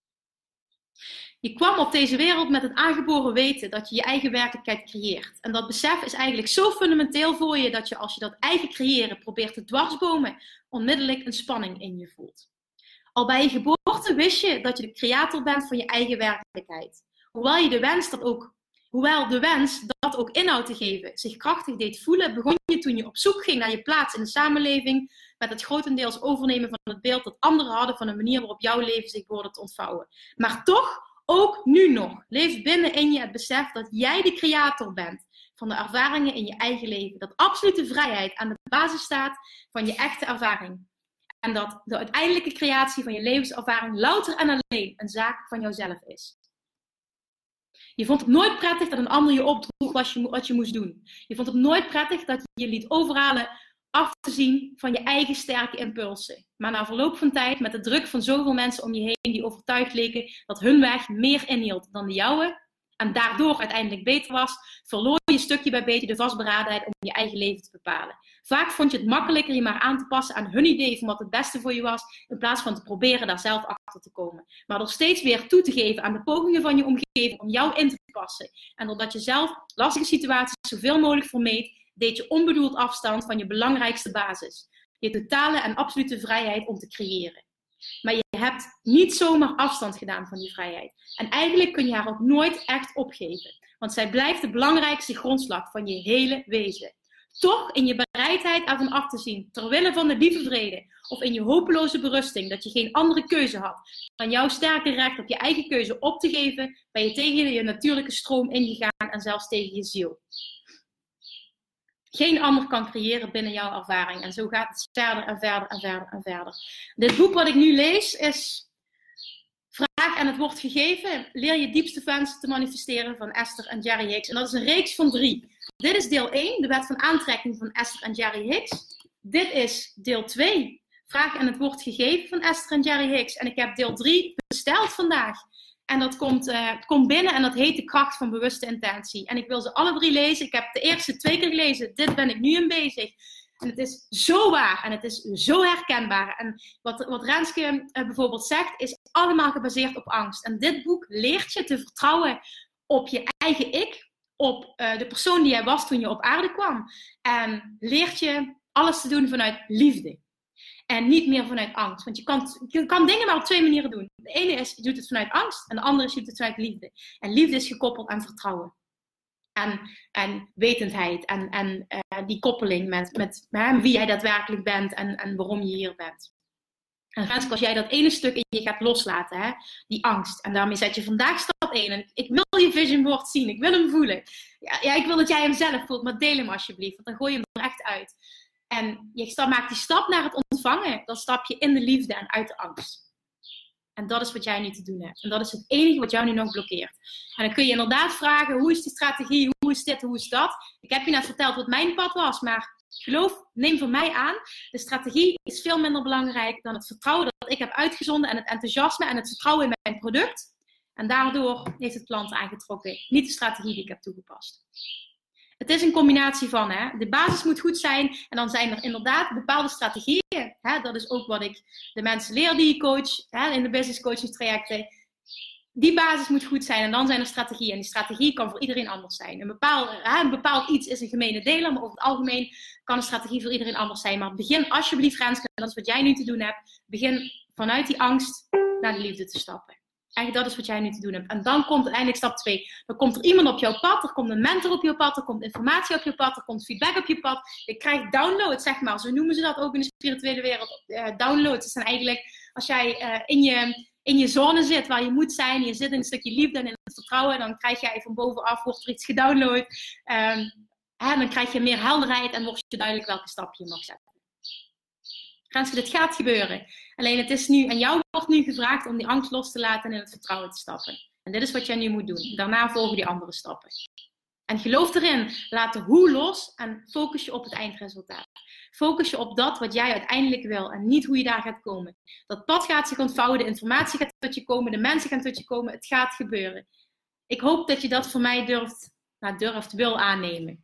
Je kwam op deze wereld met het aangeboren weten dat je je eigen werkelijkheid creëert. En dat besef is eigenlijk zo fundamenteel voor je dat je als je dat eigen creëren probeert te dwarsbomen, onmiddellijk een spanning in je voelt. Al bij je geboorte wist je dat je de creator bent van je eigen werkelijkheid. Hoewel, je de wens dat ook, hoewel de wens dat ook inhoud te geven zich krachtig deed voelen, begon je toen je op zoek ging naar je plaats in de samenleving met het grotendeels overnemen van het beeld dat anderen hadden van een manier waarop jouw leven zich behoorde te ontvouwen. Maar toch, ook nu nog, leeft binnenin je het besef dat jij de creator bent van de ervaringen in je eigen leven. Dat absolute vrijheid aan de basis staat van je echte ervaring. En dat de uiteindelijke creatie van je levenservaring louter en alleen een zaak van jouzelf is. Je vond het nooit prettig dat een ander je opdroeg wat je, wat je moest doen. Je vond het nooit prettig dat je je liet overhalen af te zien van je eigen sterke impulsen. Maar na verloop van tijd, met de druk van zoveel mensen om je heen die overtuigd leken dat hun weg meer inhield dan de jouwe, en daardoor uiteindelijk beter was, verloor je stukje bij beetje de vastberadenheid om je eigen leven te bepalen. Vaak vond je het makkelijker je maar aan te passen aan hun idee van wat het beste voor je was, in plaats van te proberen daar zelf achter te komen. Maar door steeds weer toe te geven aan de pogingen van je omgeving om jou in te passen. En doordat je zelf lastige situaties zoveel mogelijk vermeed, deed je onbedoeld afstand van je belangrijkste basis. Je totale en absolute vrijheid om te creëren. Maar je hebt niet zomaar afstand gedaan van die vrijheid. En eigenlijk kun je haar ook nooit echt opgeven. Want zij blijft de belangrijkste grondslag van je hele wezen. Toch in je bereidheid ervan af te zien, terwille van de lieve vrede, of in je hopeloze berusting dat je geen andere keuze had dan jouw sterke recht op je eigen keuze op te geven, ben je tegen je natuurlijke stroom ingegaan en zelfs tegen je ziel. geen ander kan creëren binnen jouw ervaring. En zo gaat het verder en verder en verder en verder. Dit boek wat ik nu lees is Vraag en het wordt gegeven. Leer je diepste wensen te manifesteren van Esther en Jerry Hicks. En dat is een reeks van drie. Dit is deel één, de wet van aantrekking van Esther en Jerry Hicks. Dit is deel twee, Vraag en het wordt gegeven van Esther en Jerry Hicks. En ik heb deel drie besteld vandaag. En dat komt, uh, komt binnen en dat heet de kracht van bewuste intentie. En ik wil ze alle drie lezen. Ik heb de eerste twee keer gelezen. Dit ben ik nu in bezig. En het is zo waar en het is zo herkenbaar. En wat, wat Renske uh, bijvoorbeeld zegt, is allemaal gebaseerd op angst. En dit boek leert je te vertrouwen op je eigen ik, op uh, de persoon die jij was toen je op aarde kwam. En leert je alles te doen vanuit liefde. En niet meer vanuit angst. Want je kan, je kan dingen maar op twee manieren doen. De ene is, je doet het vanuit angst. En de andere is, je doet het vanuit liefde. En liefde is gekoppeld aan vertrouwen. En, en wetendheid. En, en uh, die koppeling met, met hè, wie jij daadwerkelijk bent. En, en waarom je hier bent. En Renske, als jij dat ene stuk in je gaat loslaten. Hè, die angst. En daarmee zet je vandaag stap één. En ik, ik wil je vision board zien. Ik wil hem voelen. Ja, ja, ik wil dat jij hem zelf voelt. Maar deel hem alsjeblieft. Want dan gooi je hem er echt uit. En je maakt die stap naar het ontvangen. Dan stap je in de liefde en uit de angst. En dat is wat jij nu te doen hebt. En dat is het enige wat jou nu nog blokkeert. En dan kun je inderdaad vragen, hoe is die strategie? Hoe is dit? Hoe is dat? Ik heb je net verteld wat mijn pad was. Maar geloof, neem van mij aan. De strategie is veel minder belangrijk dan het vertrouwen dat ik heb uitgezonden. En het enthousiasme en het vertrouwen in mijn product. En daardoor heeft het klant aangetrokken. Niet de strategie die ik heb toegepast. Het is een combinatie van, hè, de basis moet goed zijn en dan zijn er inderdaad bepaalde strategieën. Hè, dat is ook wat ik de mensen leer die ik coach, hè, in de business coaching trajecten. Die basis moet goed zijn en dan zijn er strategieën. En die strategie kan voor iedereen anders zijn. Een bepaald, hè, een bepaald iets is een gemene deler, maar over het algemeen kan een strategie voor iedereen anders zijn. Maar begin alsjeblieft, Renske, en dat is wat jij nu te doen hebt, begin vanuit die angst naar de liefde te stappen. Eigenlijk dat is wat jij nu te doen hebt. En dan komt uiteindelijk stap twee. Dan komt er iemand op jouw pad. Er komt een mentor op jouw pad. Er komt informatie op je pad. Er komt feedback op je pad. Je krijgt downloads, zeg maar. Zo noemen ze dat ook in de spirituele wereld. Uh, downloads. Dat zijn eigenlijk als jij uh, in, je, in je zone zit waar je moet zijn. Je zit in een stukje liefde en in het vertrouwen. Dan krijg jij van bovenaf, wordt er iets gedownload. Um, hè, dan krijg je meer helderheid en wordt je duidelijk welke stap je mag zetten. Renske, dit gaat gebeuren. Alleen het is nu, en jou wordt nu gevraagd om die angst los te laten en in het vertrouwen te stappen. En dit is wat jij nu moet doen. Daarna volgen die andere stappen. En geloof erin, laat de hoe los en focus je op het eindresultaat. Focus je op dat wat jij uiteindelijk wil en niet hoe je daar gaat komen. Dat pad gaat zich ontvouwen, de informatie gaat tot je komen, de mensen gaan tot je komen. Het gaat gebeuren. Ik hoop dat je dat voor mij durft, nou, durft wil aannemen.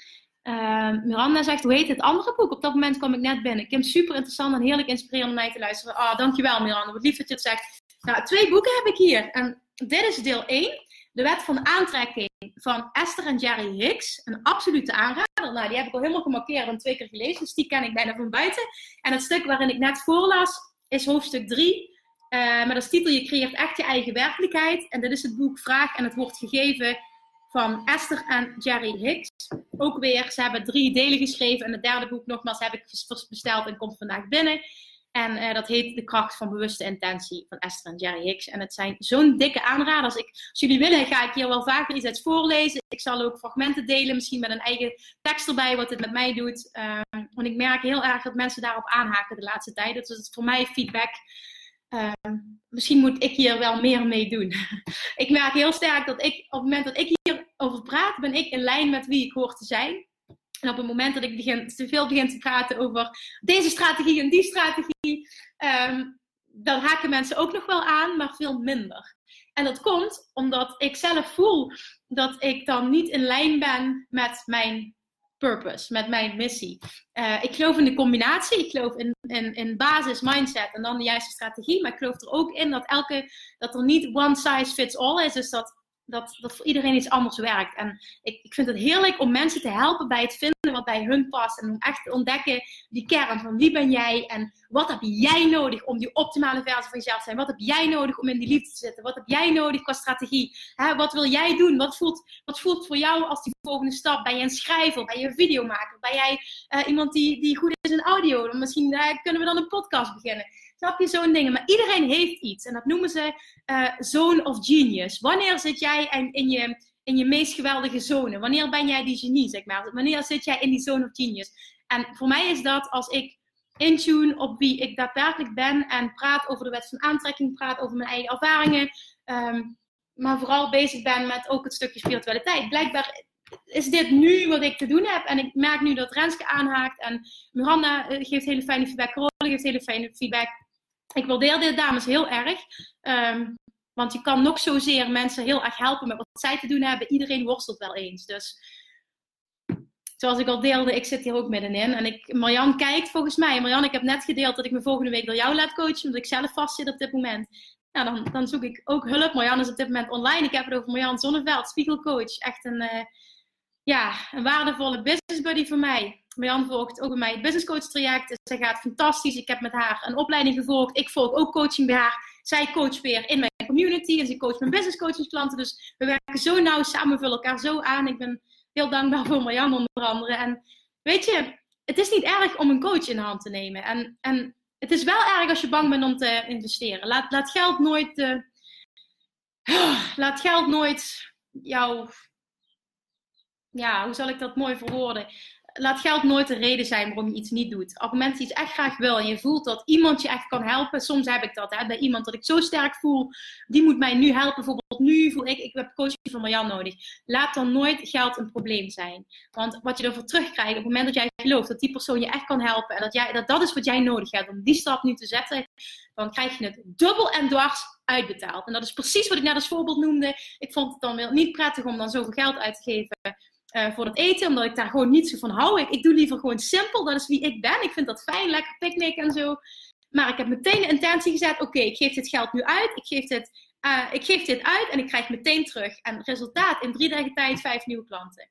Uh, Miranda zegt, hoe heet het andere boek? Op dat moment kwam ik net binnen. Ik vind het super interessant en heerlijk inspirerend om mij te luisteren. Ah, oh, dankjewel Miranda, wat lief dat je het zegt. Nou, twee boeken heb ik hier. En dit is deel één. De wet van aantrekking van Esther en Jerry Hicks. Een absolute aanrader. Nou, die heb ik al helemaal gemarkeerd en twee keer gelezen. Dus die ken ik bijna van buiten. En het stuk waarin ik net voorlas is hoofdstuk drie. Uh, met als titel, je creëert echt je eigen werkelijkheid. En dit is het boek Vraag en het wordt gegeven van Esther en Jerry Hicks. Ook weer, ze hebben drie delen geschreven. En het derde boek, nogmaals, heb ik besteld en komt vandaag binnen. En uh, dat heet De kracht van bewuste intentie van Esther en Jerry Hicks. En het zijn zo'n dikke aanraders. Ik, als jullie willen, ga ik hier wel vaker iets uit voorlezen. Ik zal ook fragmenten delen, misschien met een eigen tekst erbij, wat het met mij doet. Uh, want ik merk heel erg dat mensen daarop aanhaken de laatste tijd. Dus dat is voor mij feedback. Uh, misschien moet ik hier wel meer mee doen. Ik merk heel sterk dat ik, op het moment dat ik hierover praat, ben ik in lijn met wie ik hoor te zijn. En op het moment dat ik begin, te veel begin te praten over deze strategie en die strategie, um, dan haken mensen ook nog wel aan, maar veel minder. En dat komt omdat ik zelf voel dat ik dan niet in lijn ben met mijn purpose, met mijn missie. Uh, ik geloof in de combinatie, ik geloof in, in, in basis, mindset en dan de juiste strategie, maar ik geloof er ook in dat, elke, dat er niet one size fits all is, dus dat Dat, dat voor iedereen iets anders werkt. En ik, ik vind het heerlijk om mensen te helpen bij het vinden wat bij hun past. En om echt te ontdekken die kern van wie ben jij en wat heb jij nodig om die optimale versie van jezelf te zijn. Wat heb jij nodig om in die liefde te zitten? Wat heb jij nodig qua strategie? Hè, wat wil jij doen? Wat voelt, wat voelt voor jou als die volgende stap? Ben je een schrijver? Ben je een videomaker? Ben jij uh, iemand die, die goed is in audio? Dan misschien uh, kunnen we dan een podcast beginnen. Snap je, zo'n dingen? Maar iedereen heeft iets. En dat noemen ze uh, zone of genius. Wanneer zit jij in je, in je meest geweldige zone? Wanneer ben jij die genie, zeg maar? Wanneer zit jij in die zone of genius? En voor mij is dat als ik intune op wie ik daadwerkelijk ben en praat over de wet van aantrekking, praat over mijn eigen ervaringen, um, maar vooral bezig ben met ook het stukje spiritualiteit. Blijkbaar is dit nu wat ik te doen heb en ik merk nu dat Renske aanhaakt en Miranda geeft hele fijne feedback, Caroline geeft hele fijne feedback. Ik waardeer dit, dames, heel erg. Um, want je kan nog zozeer mensen heel erg helpen met wat zij te doen hebben. Iedereen worstelt wel eens. Dus zoals ik al deelde, ik zit hier ook middenin. En ik, Marjan kijkt volgens mij. Marjan, ik heb net gedeeld dat ik me volgende week door jou laat coachen. Omdat ik zelf vastzit op dit moment. Nou, dan, dan zoek ik ook hulp. Marjan is op dit moment online. Ik heb het over Marjan Zonneveld, spiegelcoach. Echt een, uh, ja, een waardevolle business buddy voor mij. Marjan volgt ook bij mij het business coach traject. Dus zij gaat fantastisch. Ik heb met haar een opleiding gevolgd. Ik volg ook coaching bij haar. Zij coacht weer in mijn community. En ze coacht mijn business coachingsklanten. Dus we werken zo nauw samen, vullen elkaar zo aan. Ik ben heel dankbaar voor Marjan onder andere. En weet je, het is niet erg om een coach in de hand te nemen. En, en het is wel erg als je bang bent om te investeren. Laat, laat geld nooit... Uh, laat geld nooit jouw... Ja, hoe zal ik dat mooi verwoorden? Laat geld nooit de reden zijn waarom je iets niet doet. Op het moment dat je iets echt graag wil en je voelt dat iemand je echt kan helpen. Soms heb ik dat, hè, bij iemand dat ik zo sterk voel. Die moet mij nu helpen. Bijvoorbeeld nu voel ik, ik heb coaching van Marjan nodig. Laat dan nooit geld een probleem zijn. Want wat je ervoor terugkrijgt op het moment dat jij gelooft dat die persoon je echt kan helpen. En dat, jij, dat dat is wat jij nodig hebt om die stap nu te zetten. Dan krijg je het dubbel en dwars uitbetaald. En dat is precies wat ik net als voorbeeld noemde. Ik vond het dan wel niet prettig om dan zoveel geld uit te geven. Uh, voor het eten, omdat ik daar gewoon niet zo van hou. Ik, ik doe liever gewoon simpel, dat is wie ik ben. Ik vind dat fijn, lekker picknick en zo. Maar ik heb meteen de intentie gezet, oké, okay, ik geef dit geld nu uit. Ik geef dit, uh, ik geef dit uit en ik krijg meteen terug. En het resultaat, in drie dagen tijd, vijf nieuwe klanten.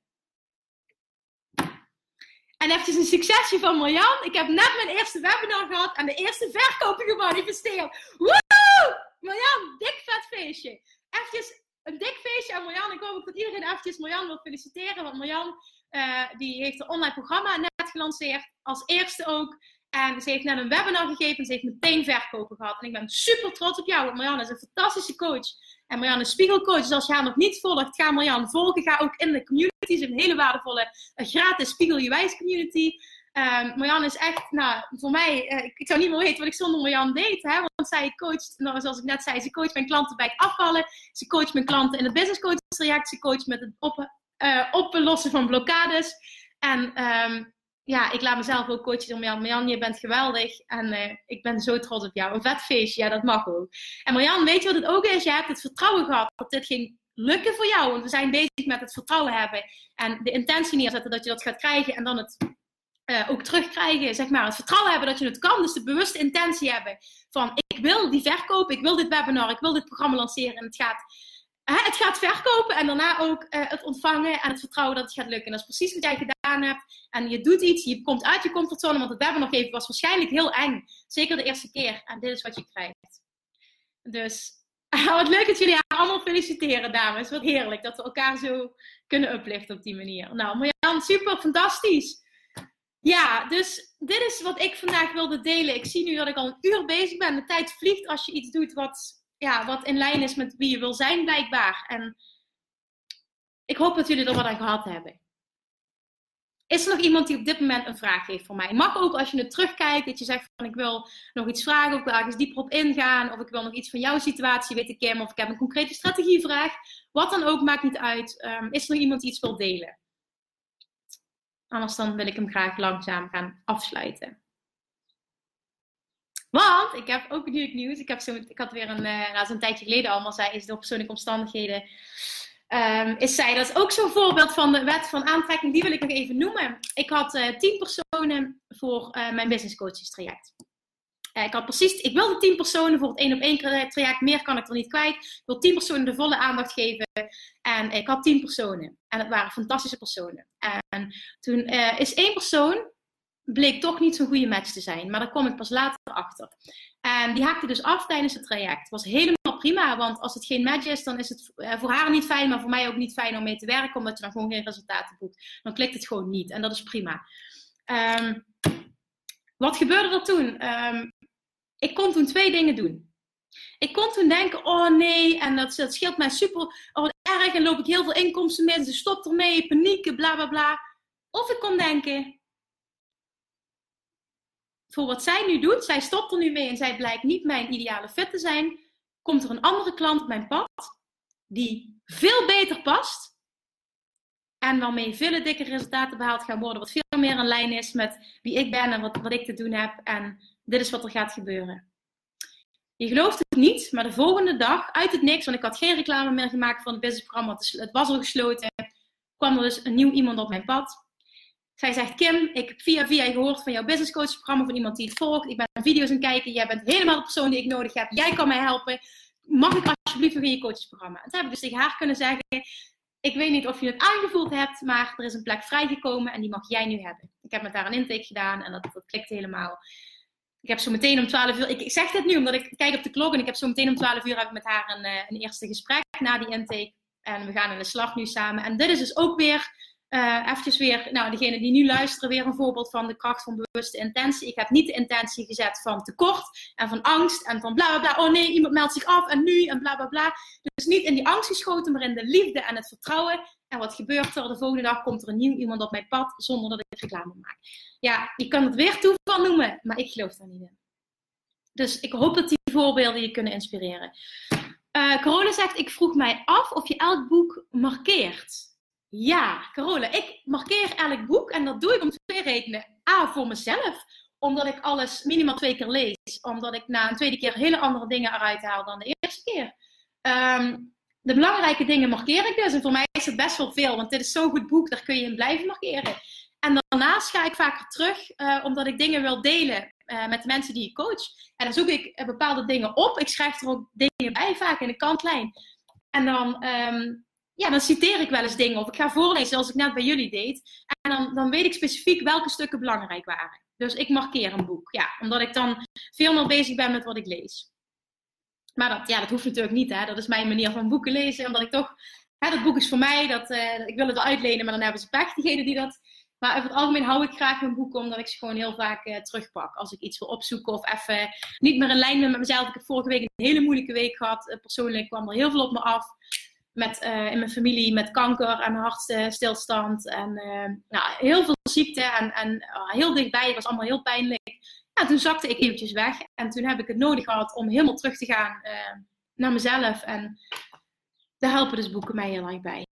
En eventjes een succesje van Marjan. Ik heb net mijn eerste webinar gehad en de eerste verkopen gemanifesteerd. Woehoe! Marjan, dik vet feestje. Eventjes... Een dik feestje aan Marjan. Ik hoop ook dat iedereen eventjes Marjan wil feliciteren. Want Marjan uh, die heeft een online programma net gelanceerd. Als eerste ook. En ze heeft net een webinar gegeven. En ze heeft meteen verkopen gehad. En ik ben super trots op jou. Want Marjan is een fantastische coach. En Marjan is spiegelcoach. Dus als je haar nog niet volgt, ga Marjan volgen. Ga ook in de community. Ze heeft een hele waardevolle uh, gratis Spiegel Je Wijs community. Um, Marjan is echt, nou, voor mij, uh, ik, ik zou niet meer weten wat ik zonder Marjan deed, hè, want zij coacht, nou, zoals ik net zei, ze coacht mijn klanten bij het afvallen, ze coacht mijn klanten in het business coaching traject, ze coacht met het op, uh, oplossen van blokkades, en um, ja, ik laat mezelf ook coachen door Marjan. Marjan, je bent geweldig, en uh, ik ben zo trots op jou, een vet feestje, ja, dat mag ook. En Marjan, weet je wat het ook is? Je hebt het vertrouwen gehad dat dit ging lukken voor jou, want we zijn bezig met het vertrouwen hebben, en de intentie neerzetten dat je dat gaat krijgen, en dan het Uh, ook terugkrijgen, zeg maar, het vertrouwen hebben dat je het kan, dus de bewuste intentie hebben van, ik wil die verkopen, ik wil dit webinar, ik wil dit programma lanceren en het gaat, uh, het gaat verkopen en daarna ook uh, het ontvangen en het vertrouwen dat het gaat lukken. En dat is precies wat jij gedaan hebt en je doet iets, je komt uit je comfortzone, want het webinar geven was waarschijnlijk heel eng, zeker de eerste keer, en dit is wat je krijgt. Dus, uh, wat leuk dat jullie haar allemaal feliciteren, dames, wat heerlijk dat we elkaar zo kunnen upliften op die manier. Nou, Marjan, super, fantastisch. Ja, dus dit is wat ik vandaag wilde delen. Ik zie nu dat ik al een uur bezig ben. De tijd vliegt als je iets doet wat, ja, wat in lijn is met wie je wil zijn, blijkbaar. En ik hoop dat jullie er wat aan gehad hebben. Is er nog iemand die op dit moment een vraag heeft voor mij? Mag ook als je het terugkijkt, dat je zegt van ik wil nog iets vragen, of ik wil ergens dieper op ingaan, of ik wil nog iets van jouw situatie weten, Kim, of ik heb een concrete strategievraag. Wat dan ook, maakt niet uit. Um, is er nog iemand die iets wil delen? Anders dan wil ik hem graag langzaam gaan afsluiten. Want ik heb ook nieuw nieuws. Ik, heb zo, ik had weer een, uh, nou, zo'n tijdje geleden allemaal zei, is door persoonlijke omstandigheden. Um, is zij, dat is ook zo'n voorbeeld van de wet van aantrekking. Die wil ik nog even noemen. Ik had uh, tien personen voor uh, mijn business coaches traject. Uh, ik had precies, ik wilde tien personen voor het één op één traject. Meer kan ik er niet kwijt. Ik wil tien personen de volle aandacht geven. En ik had tien personen. En het waren fantastische personen. En toen uh, is één persoon, bleek toch niet zo'n goede match te zijn. Maar daar kwam ik pas later achter. En die haakte dus af tijdens het traject. Het was helemaal prima. Want als het geen match is, dan is het uh, voor haar niet fijn. Maar voor mij ook niet fijn om mee te werken. Omdat je dan gewoon geen resultaten boekt. Dan klikt het gewoon niet. En dat is prima. Um, wat gebeurde er toen? Um, ik kon toen twee dingen doen. Ik kon toen denken, oh nee, en dat, dat scheelt mij super. Oh, erg en loop ik heel veel inkomsten mis. Ze stopt ermee, panieken, bla bla bla. Of ik kon denken, voor wat zij nu doet, zij stopt er nu mee en zij blijkt niet mijn ideale fit te zijn, komt er een andere klant op mijn pad die veel beter past en waarmee vele dikke resultaten behaald gaan worden, wat veel meer in lijn is met wie ik ben en wat, wat ik te doen heb en dit is wat er gaat gebeuren. Je gelooft het niet, maar de volgende dag, uit het niks, want ik had geen reclame meer gemaakt van het businessprogramma, het was al gesloten, kwam er dus een nieuw iemand op mijn pad. Zij zegt, Kim, ik heb via via gehoord van jouw businesscoachprogramma, van iemand die het volgt. Ik ben video's aan het kijken, jij bent helemaal de persoon die ik nodig heb. Jij kan mij helpen. Mag ik alsjeblieft nog in je coachesprogramma? En toen heb ik dus tegen haar kunnen zeggen, ik weet niet of je het aangevoeld hebt, maar er is een plek vrijgekomen en die mag jij nu hebben. Ik heb met haar een intake gedaan en dat, dat klikte helemaal. Ik heb zo meteen om twaalf uur, ik, ik zeg dit nu omdat ik kijk op de klok en ik heb zo meteen om twaalf uur heb ik met haar een, een eerste gesprek na die intake. En we gaan in de slag nu samen. En dit is dus ook weer... Uh, eventjes weer, nou, degene die nu luisteren, weer een voorbeeld van de kracht van bewuste intentie. Ik heb niet de intentie gezet van tekort en van angst en van bla bla bla. Oh nee, iemand meldt zich af en nu en bla bla bla. Dus niet in die angst geschoten, maar in de liefde en het vertrouwen. En wat gebeurt er? De volgende dag komt er een nieuw iemand op mijn pad zonder dat ik reclame maak. Ja, je kan het weer toeval noemen, maar ik geloof daar niet in. Dus ik hoop dat die voorbeelden je kunnen inspireren. Uh, Carola zegt, ik vroeg mij af of je elk boek markeert. Ja, Carola, ik markeer elk boek en dat doe ik om twee redenen. A, voor mezelf, omdat ik alles minimaal twee keer lees. Omdat ik na een tweede keer hele andere dingen eruit haal dan de eerste keer. Um, de belangrijke dingen markeer ik dus. En voor mij is het best wel veel, want dit is zo'n goed boek, daar kun je in blijven markeren. En daarnaast ga ik vaker terug, uh, omdat ik dingen wil delen uh, met de mensen die ik coach. En dan zoek ik uh, bepaalde dingen op. Ik schrijf er ook dingen bij, vaak in de kantlijn. En dan... Um, Ja, dan citeer ik wel eens dingen of ik ga voorlezen zoals ik net bij jullie deed. En dan, dan weet ik specifiek welke stukken belangrijk waren. Dus ik markeer een boek. Ja, omdat ik dan veel meer bezig ben met wat ik lees. Maar dat, ja, dat hoeft natuurlijk niet. Hè? Dat is mijn manier van boeken lezen. Omdat ik toch, hè, dat boek is voor mij. Dat, uh, ik wil het uitlenen, maar dan hebben ze pech, diegenen die dat... Maar over het algemeen hou ik graag mijn boeken, omdat ik ze gewoon heel vaak uh, terugpak. Als ik iets wil opzoeken of even niet meer in lijn ben met mezelf. Ik heb vorige week een hele moeilijke week gehad. Uh, persoonlijk kwam er heel veel op me af. Met, uh, in mijn familie met kanker en hartstilstand en uh, nou, heel veel ziekte en, en uh, heel dichtbij, het was allemaal heel pijnlijk. Ja, toen zakte ik eventjes weg en toen heb ik het nodig gehad om helemaal terug te gaan uh, naar mezelf en daar helpen dus boeken mij heel erg bij.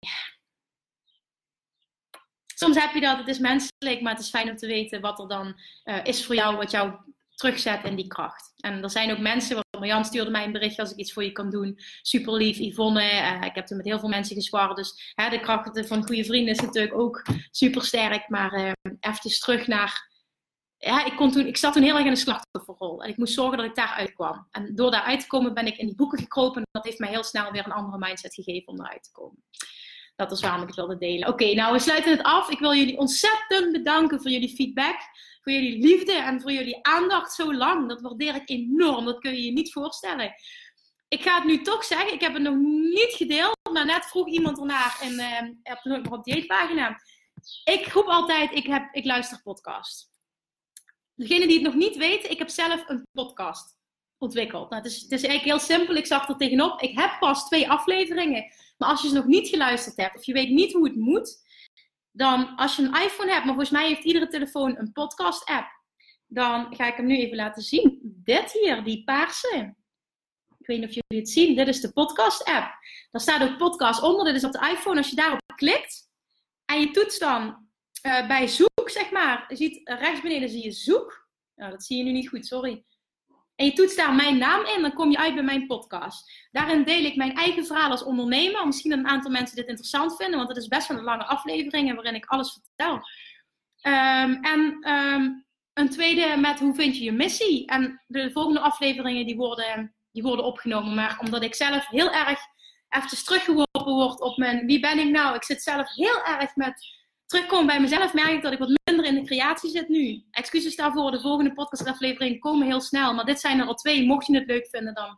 Soms heb je dat, het is menselijk, maar het is fijn om te weten wat er dan uh, is voor jou, wat jou terugzet in die kracht. En er zijn ook mensen, want Marjan stuurde mij een berichtje als ik iets voor je kan doen. Super lief, Yvonne. Uh, ik heb toen met heel veel mensen gesproken. Dus hè, de kracht van goede vrienden is natuurlijk ook super sterk. Maar uh, eventjes terug naar... Ja, ik, kon toen, ik zat toen heel erg in de slachtofferrol. En ik moest zorgen dat ik daaruit kwam. En door daaruit te komen ben ik in die boeken gekropen. En dat heeft mij heel snel weer een andere mindset gegeven om eruit te komen. Dat is waarom ik het wilde delen. Oké, okay, nou we sluiten het af. Ik wil jullie ontzettend bedanken voor jullie feedback. Voor jullie liefde en voor jullie aandacht zo lang. Dat waardeer ik enorm. Dat kun je je niet voorstellen. Ik ga het nu toch zeggen. Ik heb het nog niet gedeeld. Maar net vroeg iemand ernaar in, uh, op de Nooit meer op dieetpagina. Ik roep altijd, ik, heb, ik luister podcast. Degenen die het nog niet weten, ik heb zelf een podcast ontwikkeld. Nou, het, is, het is eigenlijk heel simpel. Ik zag er tegenop. Ik heb pas twee afleveringen. Maar als je ze nog niet geluisterd hebt. Of je weet niet hoe het moet. Dan als je een iPhone hebt. Maar volgens mij heeft iedere telefoon een podcast app. Dan ga ik hem nu even laten zien. Dit hier, die paarse. Ik weet niet of jullie het zien. Dit is de podcast app. Daar staat ook podcast onder. Dit is op de iPhone. Als je daarop klikt. En je toetst dan uh, bij zoek, zeg maar. Je ziet rechts beneden zie je zoek. Nou, dat zie je nu niet goed, sorry. En je toetst daar mijn naam in, dan kom je uit bij mijn podcast. Daarin deel ik mijn eigen verhaal als ondernemer. Misschien dat een aantal mensen dit interessant vinden, want het is best wel een lange aflevering waarin ik alles vertel. Um, en um, een tweede met hoe vind je je missie. En de volgende afleveringen die worden, die worden opgenomen. Maar omdat ik zelf heel erg eventjes teruggeworpen word op mijn wie ben ik nou. Ik zit zelf heel erg met terugkomen bij mezelf, merk ik dat ik wat minder in de creatie zit nu. Excuses daarvoor, de volgende podcastafleveringen komen heel snel. Maar dit zijn er al twee. Mocht je het leuk vinden, dan,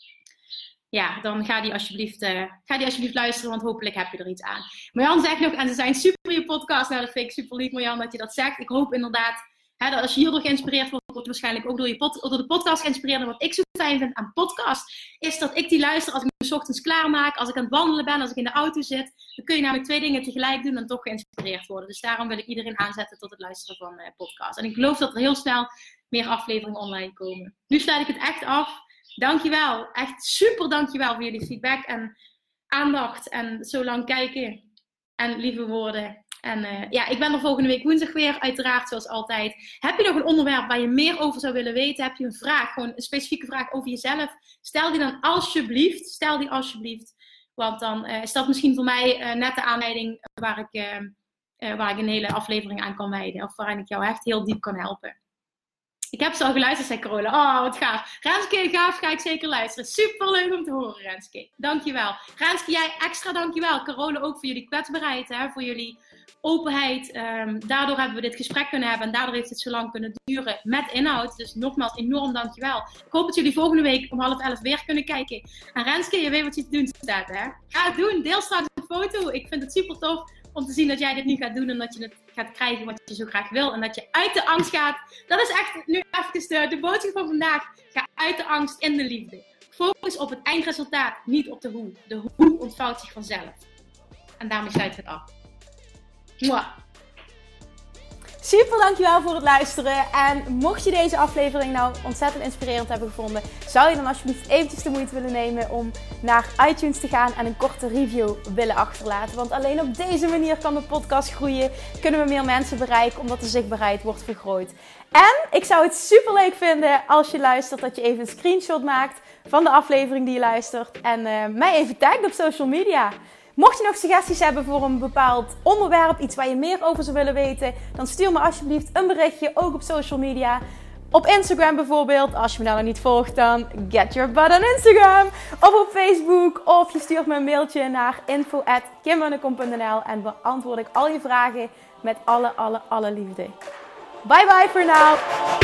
ja, dan ga die, alsjeblieft, uh, ga die alsjeblieft luisteren, want hopelijk heb je er iets aan. Marjan zegt nog, en ze zijn super je podcast. Nou, dat vind ik super lief, Marjan, dat je dat zegt. Ik hoop inderdaad, hè, dat als je hierdoor geïnspireerd wordt, wordt je waarschijnlijk ook door, je pod, door de podcast geïnspireerd. En wat ik zo fijn vind aan podcast, is dat ik die luister als ik me 's ochtends klaarmaak, als ik aan het wandelen ben, als ik in de auto zit. Dan kun je namelijk twee dingen tegelijk doen en toch geïnspireerd worden. Dus daarom wil ik iedereen aanzetten tot het luisteren van uh, podcast. En ik geloof dat er heel snel meer afleveringen online komen. Nu sluit ik het echt af. Dankjewel. Echt super dankjewel voor jullie feedback en aandacht en zo lang kijken en lieve woorden. En uh, ja, ik ben er volgende week woensdag weer, uiteraard zoals altijd. Heb je nog een onderwerp waar je meer over zou willen weten? Heb je een vraag, gewoon een specifieke vraag over jezelf? Stel die dan alsjeblieft, stel die alsjeblieft. Want dan uh, is dat misschien voor mij uh, net de aanleiding waar ik, uh, uh, waar ik een hele aflevering aan kan wijden. Of waarin ik jou echt heel diep kan helpen. Ik heb ze al geluisterd, zei Carola. Oh, wat gaaf. Renske, gaaf, ga ik zeker luisteren. Superleuk om te horen, Renske. Dankjewel. Renske, jij extra dankjewel. Carola ook voor jullie kwetsbaarheid, hè, voor jullie openheid. Um, daardoor hebben we dit gesprek kunnen hebben en daardoor heeft het zo lang kunnen duren met inhoud. Dus nogmaals, enorm dankjewel. Ik hoop dat jullie volgende week om half elf weer kunnen kijken. En Renske, je weet wat je te doen staat, hè? Ga het doen. Deel straks een foto. Ik vind het super tof om te zien dat jij dit nu gaat doen en dat je het gaat krijgen wat je zo graag wil. En dat je uit de angst gaat. Dat is echt nu even de, de boodschap van vandaag. Ga uit de angst in de liefde. Focus op het eindresultaat, niet op de hoe. De hoe ontvouwt zich vanzelf. En daarmee sluit het af. Mwah. Super, dankjewel voor het luisteren. En mocht je deze aflevering nou ontzettend inspirerend hebben gevonden, zou je dan alsjeblieft eventjes de moeite willen nemen om naar iTunes te gaan en een korte review willen achterlaten. Want alleen op deze manier kan de podcast groeien, kunnen we meer mensen bereiken, omdat de zichtbaarheid wordt vergroot. En ik zou het super leuk vinden als je luistert, dat je even een screenshot maakt van de aflevering die je luistert en uh, mij even tagt op social media. Mocht je nog suggesties hebben voor een bepaald onderwerp, iets waar je meer over zou willen weten, dan stuur me alsjeblieft een berichtje, ook op social media. Op Instagram bijvoorbeeld, als je me daar nog niet volgt, dan get your butt on Instagram. Of op Facebook, of je stuurt me een mailtje naar info at kimmunnekom punt n l en beantwoord ik al je vragen met alle, alle, alle liefde. Bye bye voor now!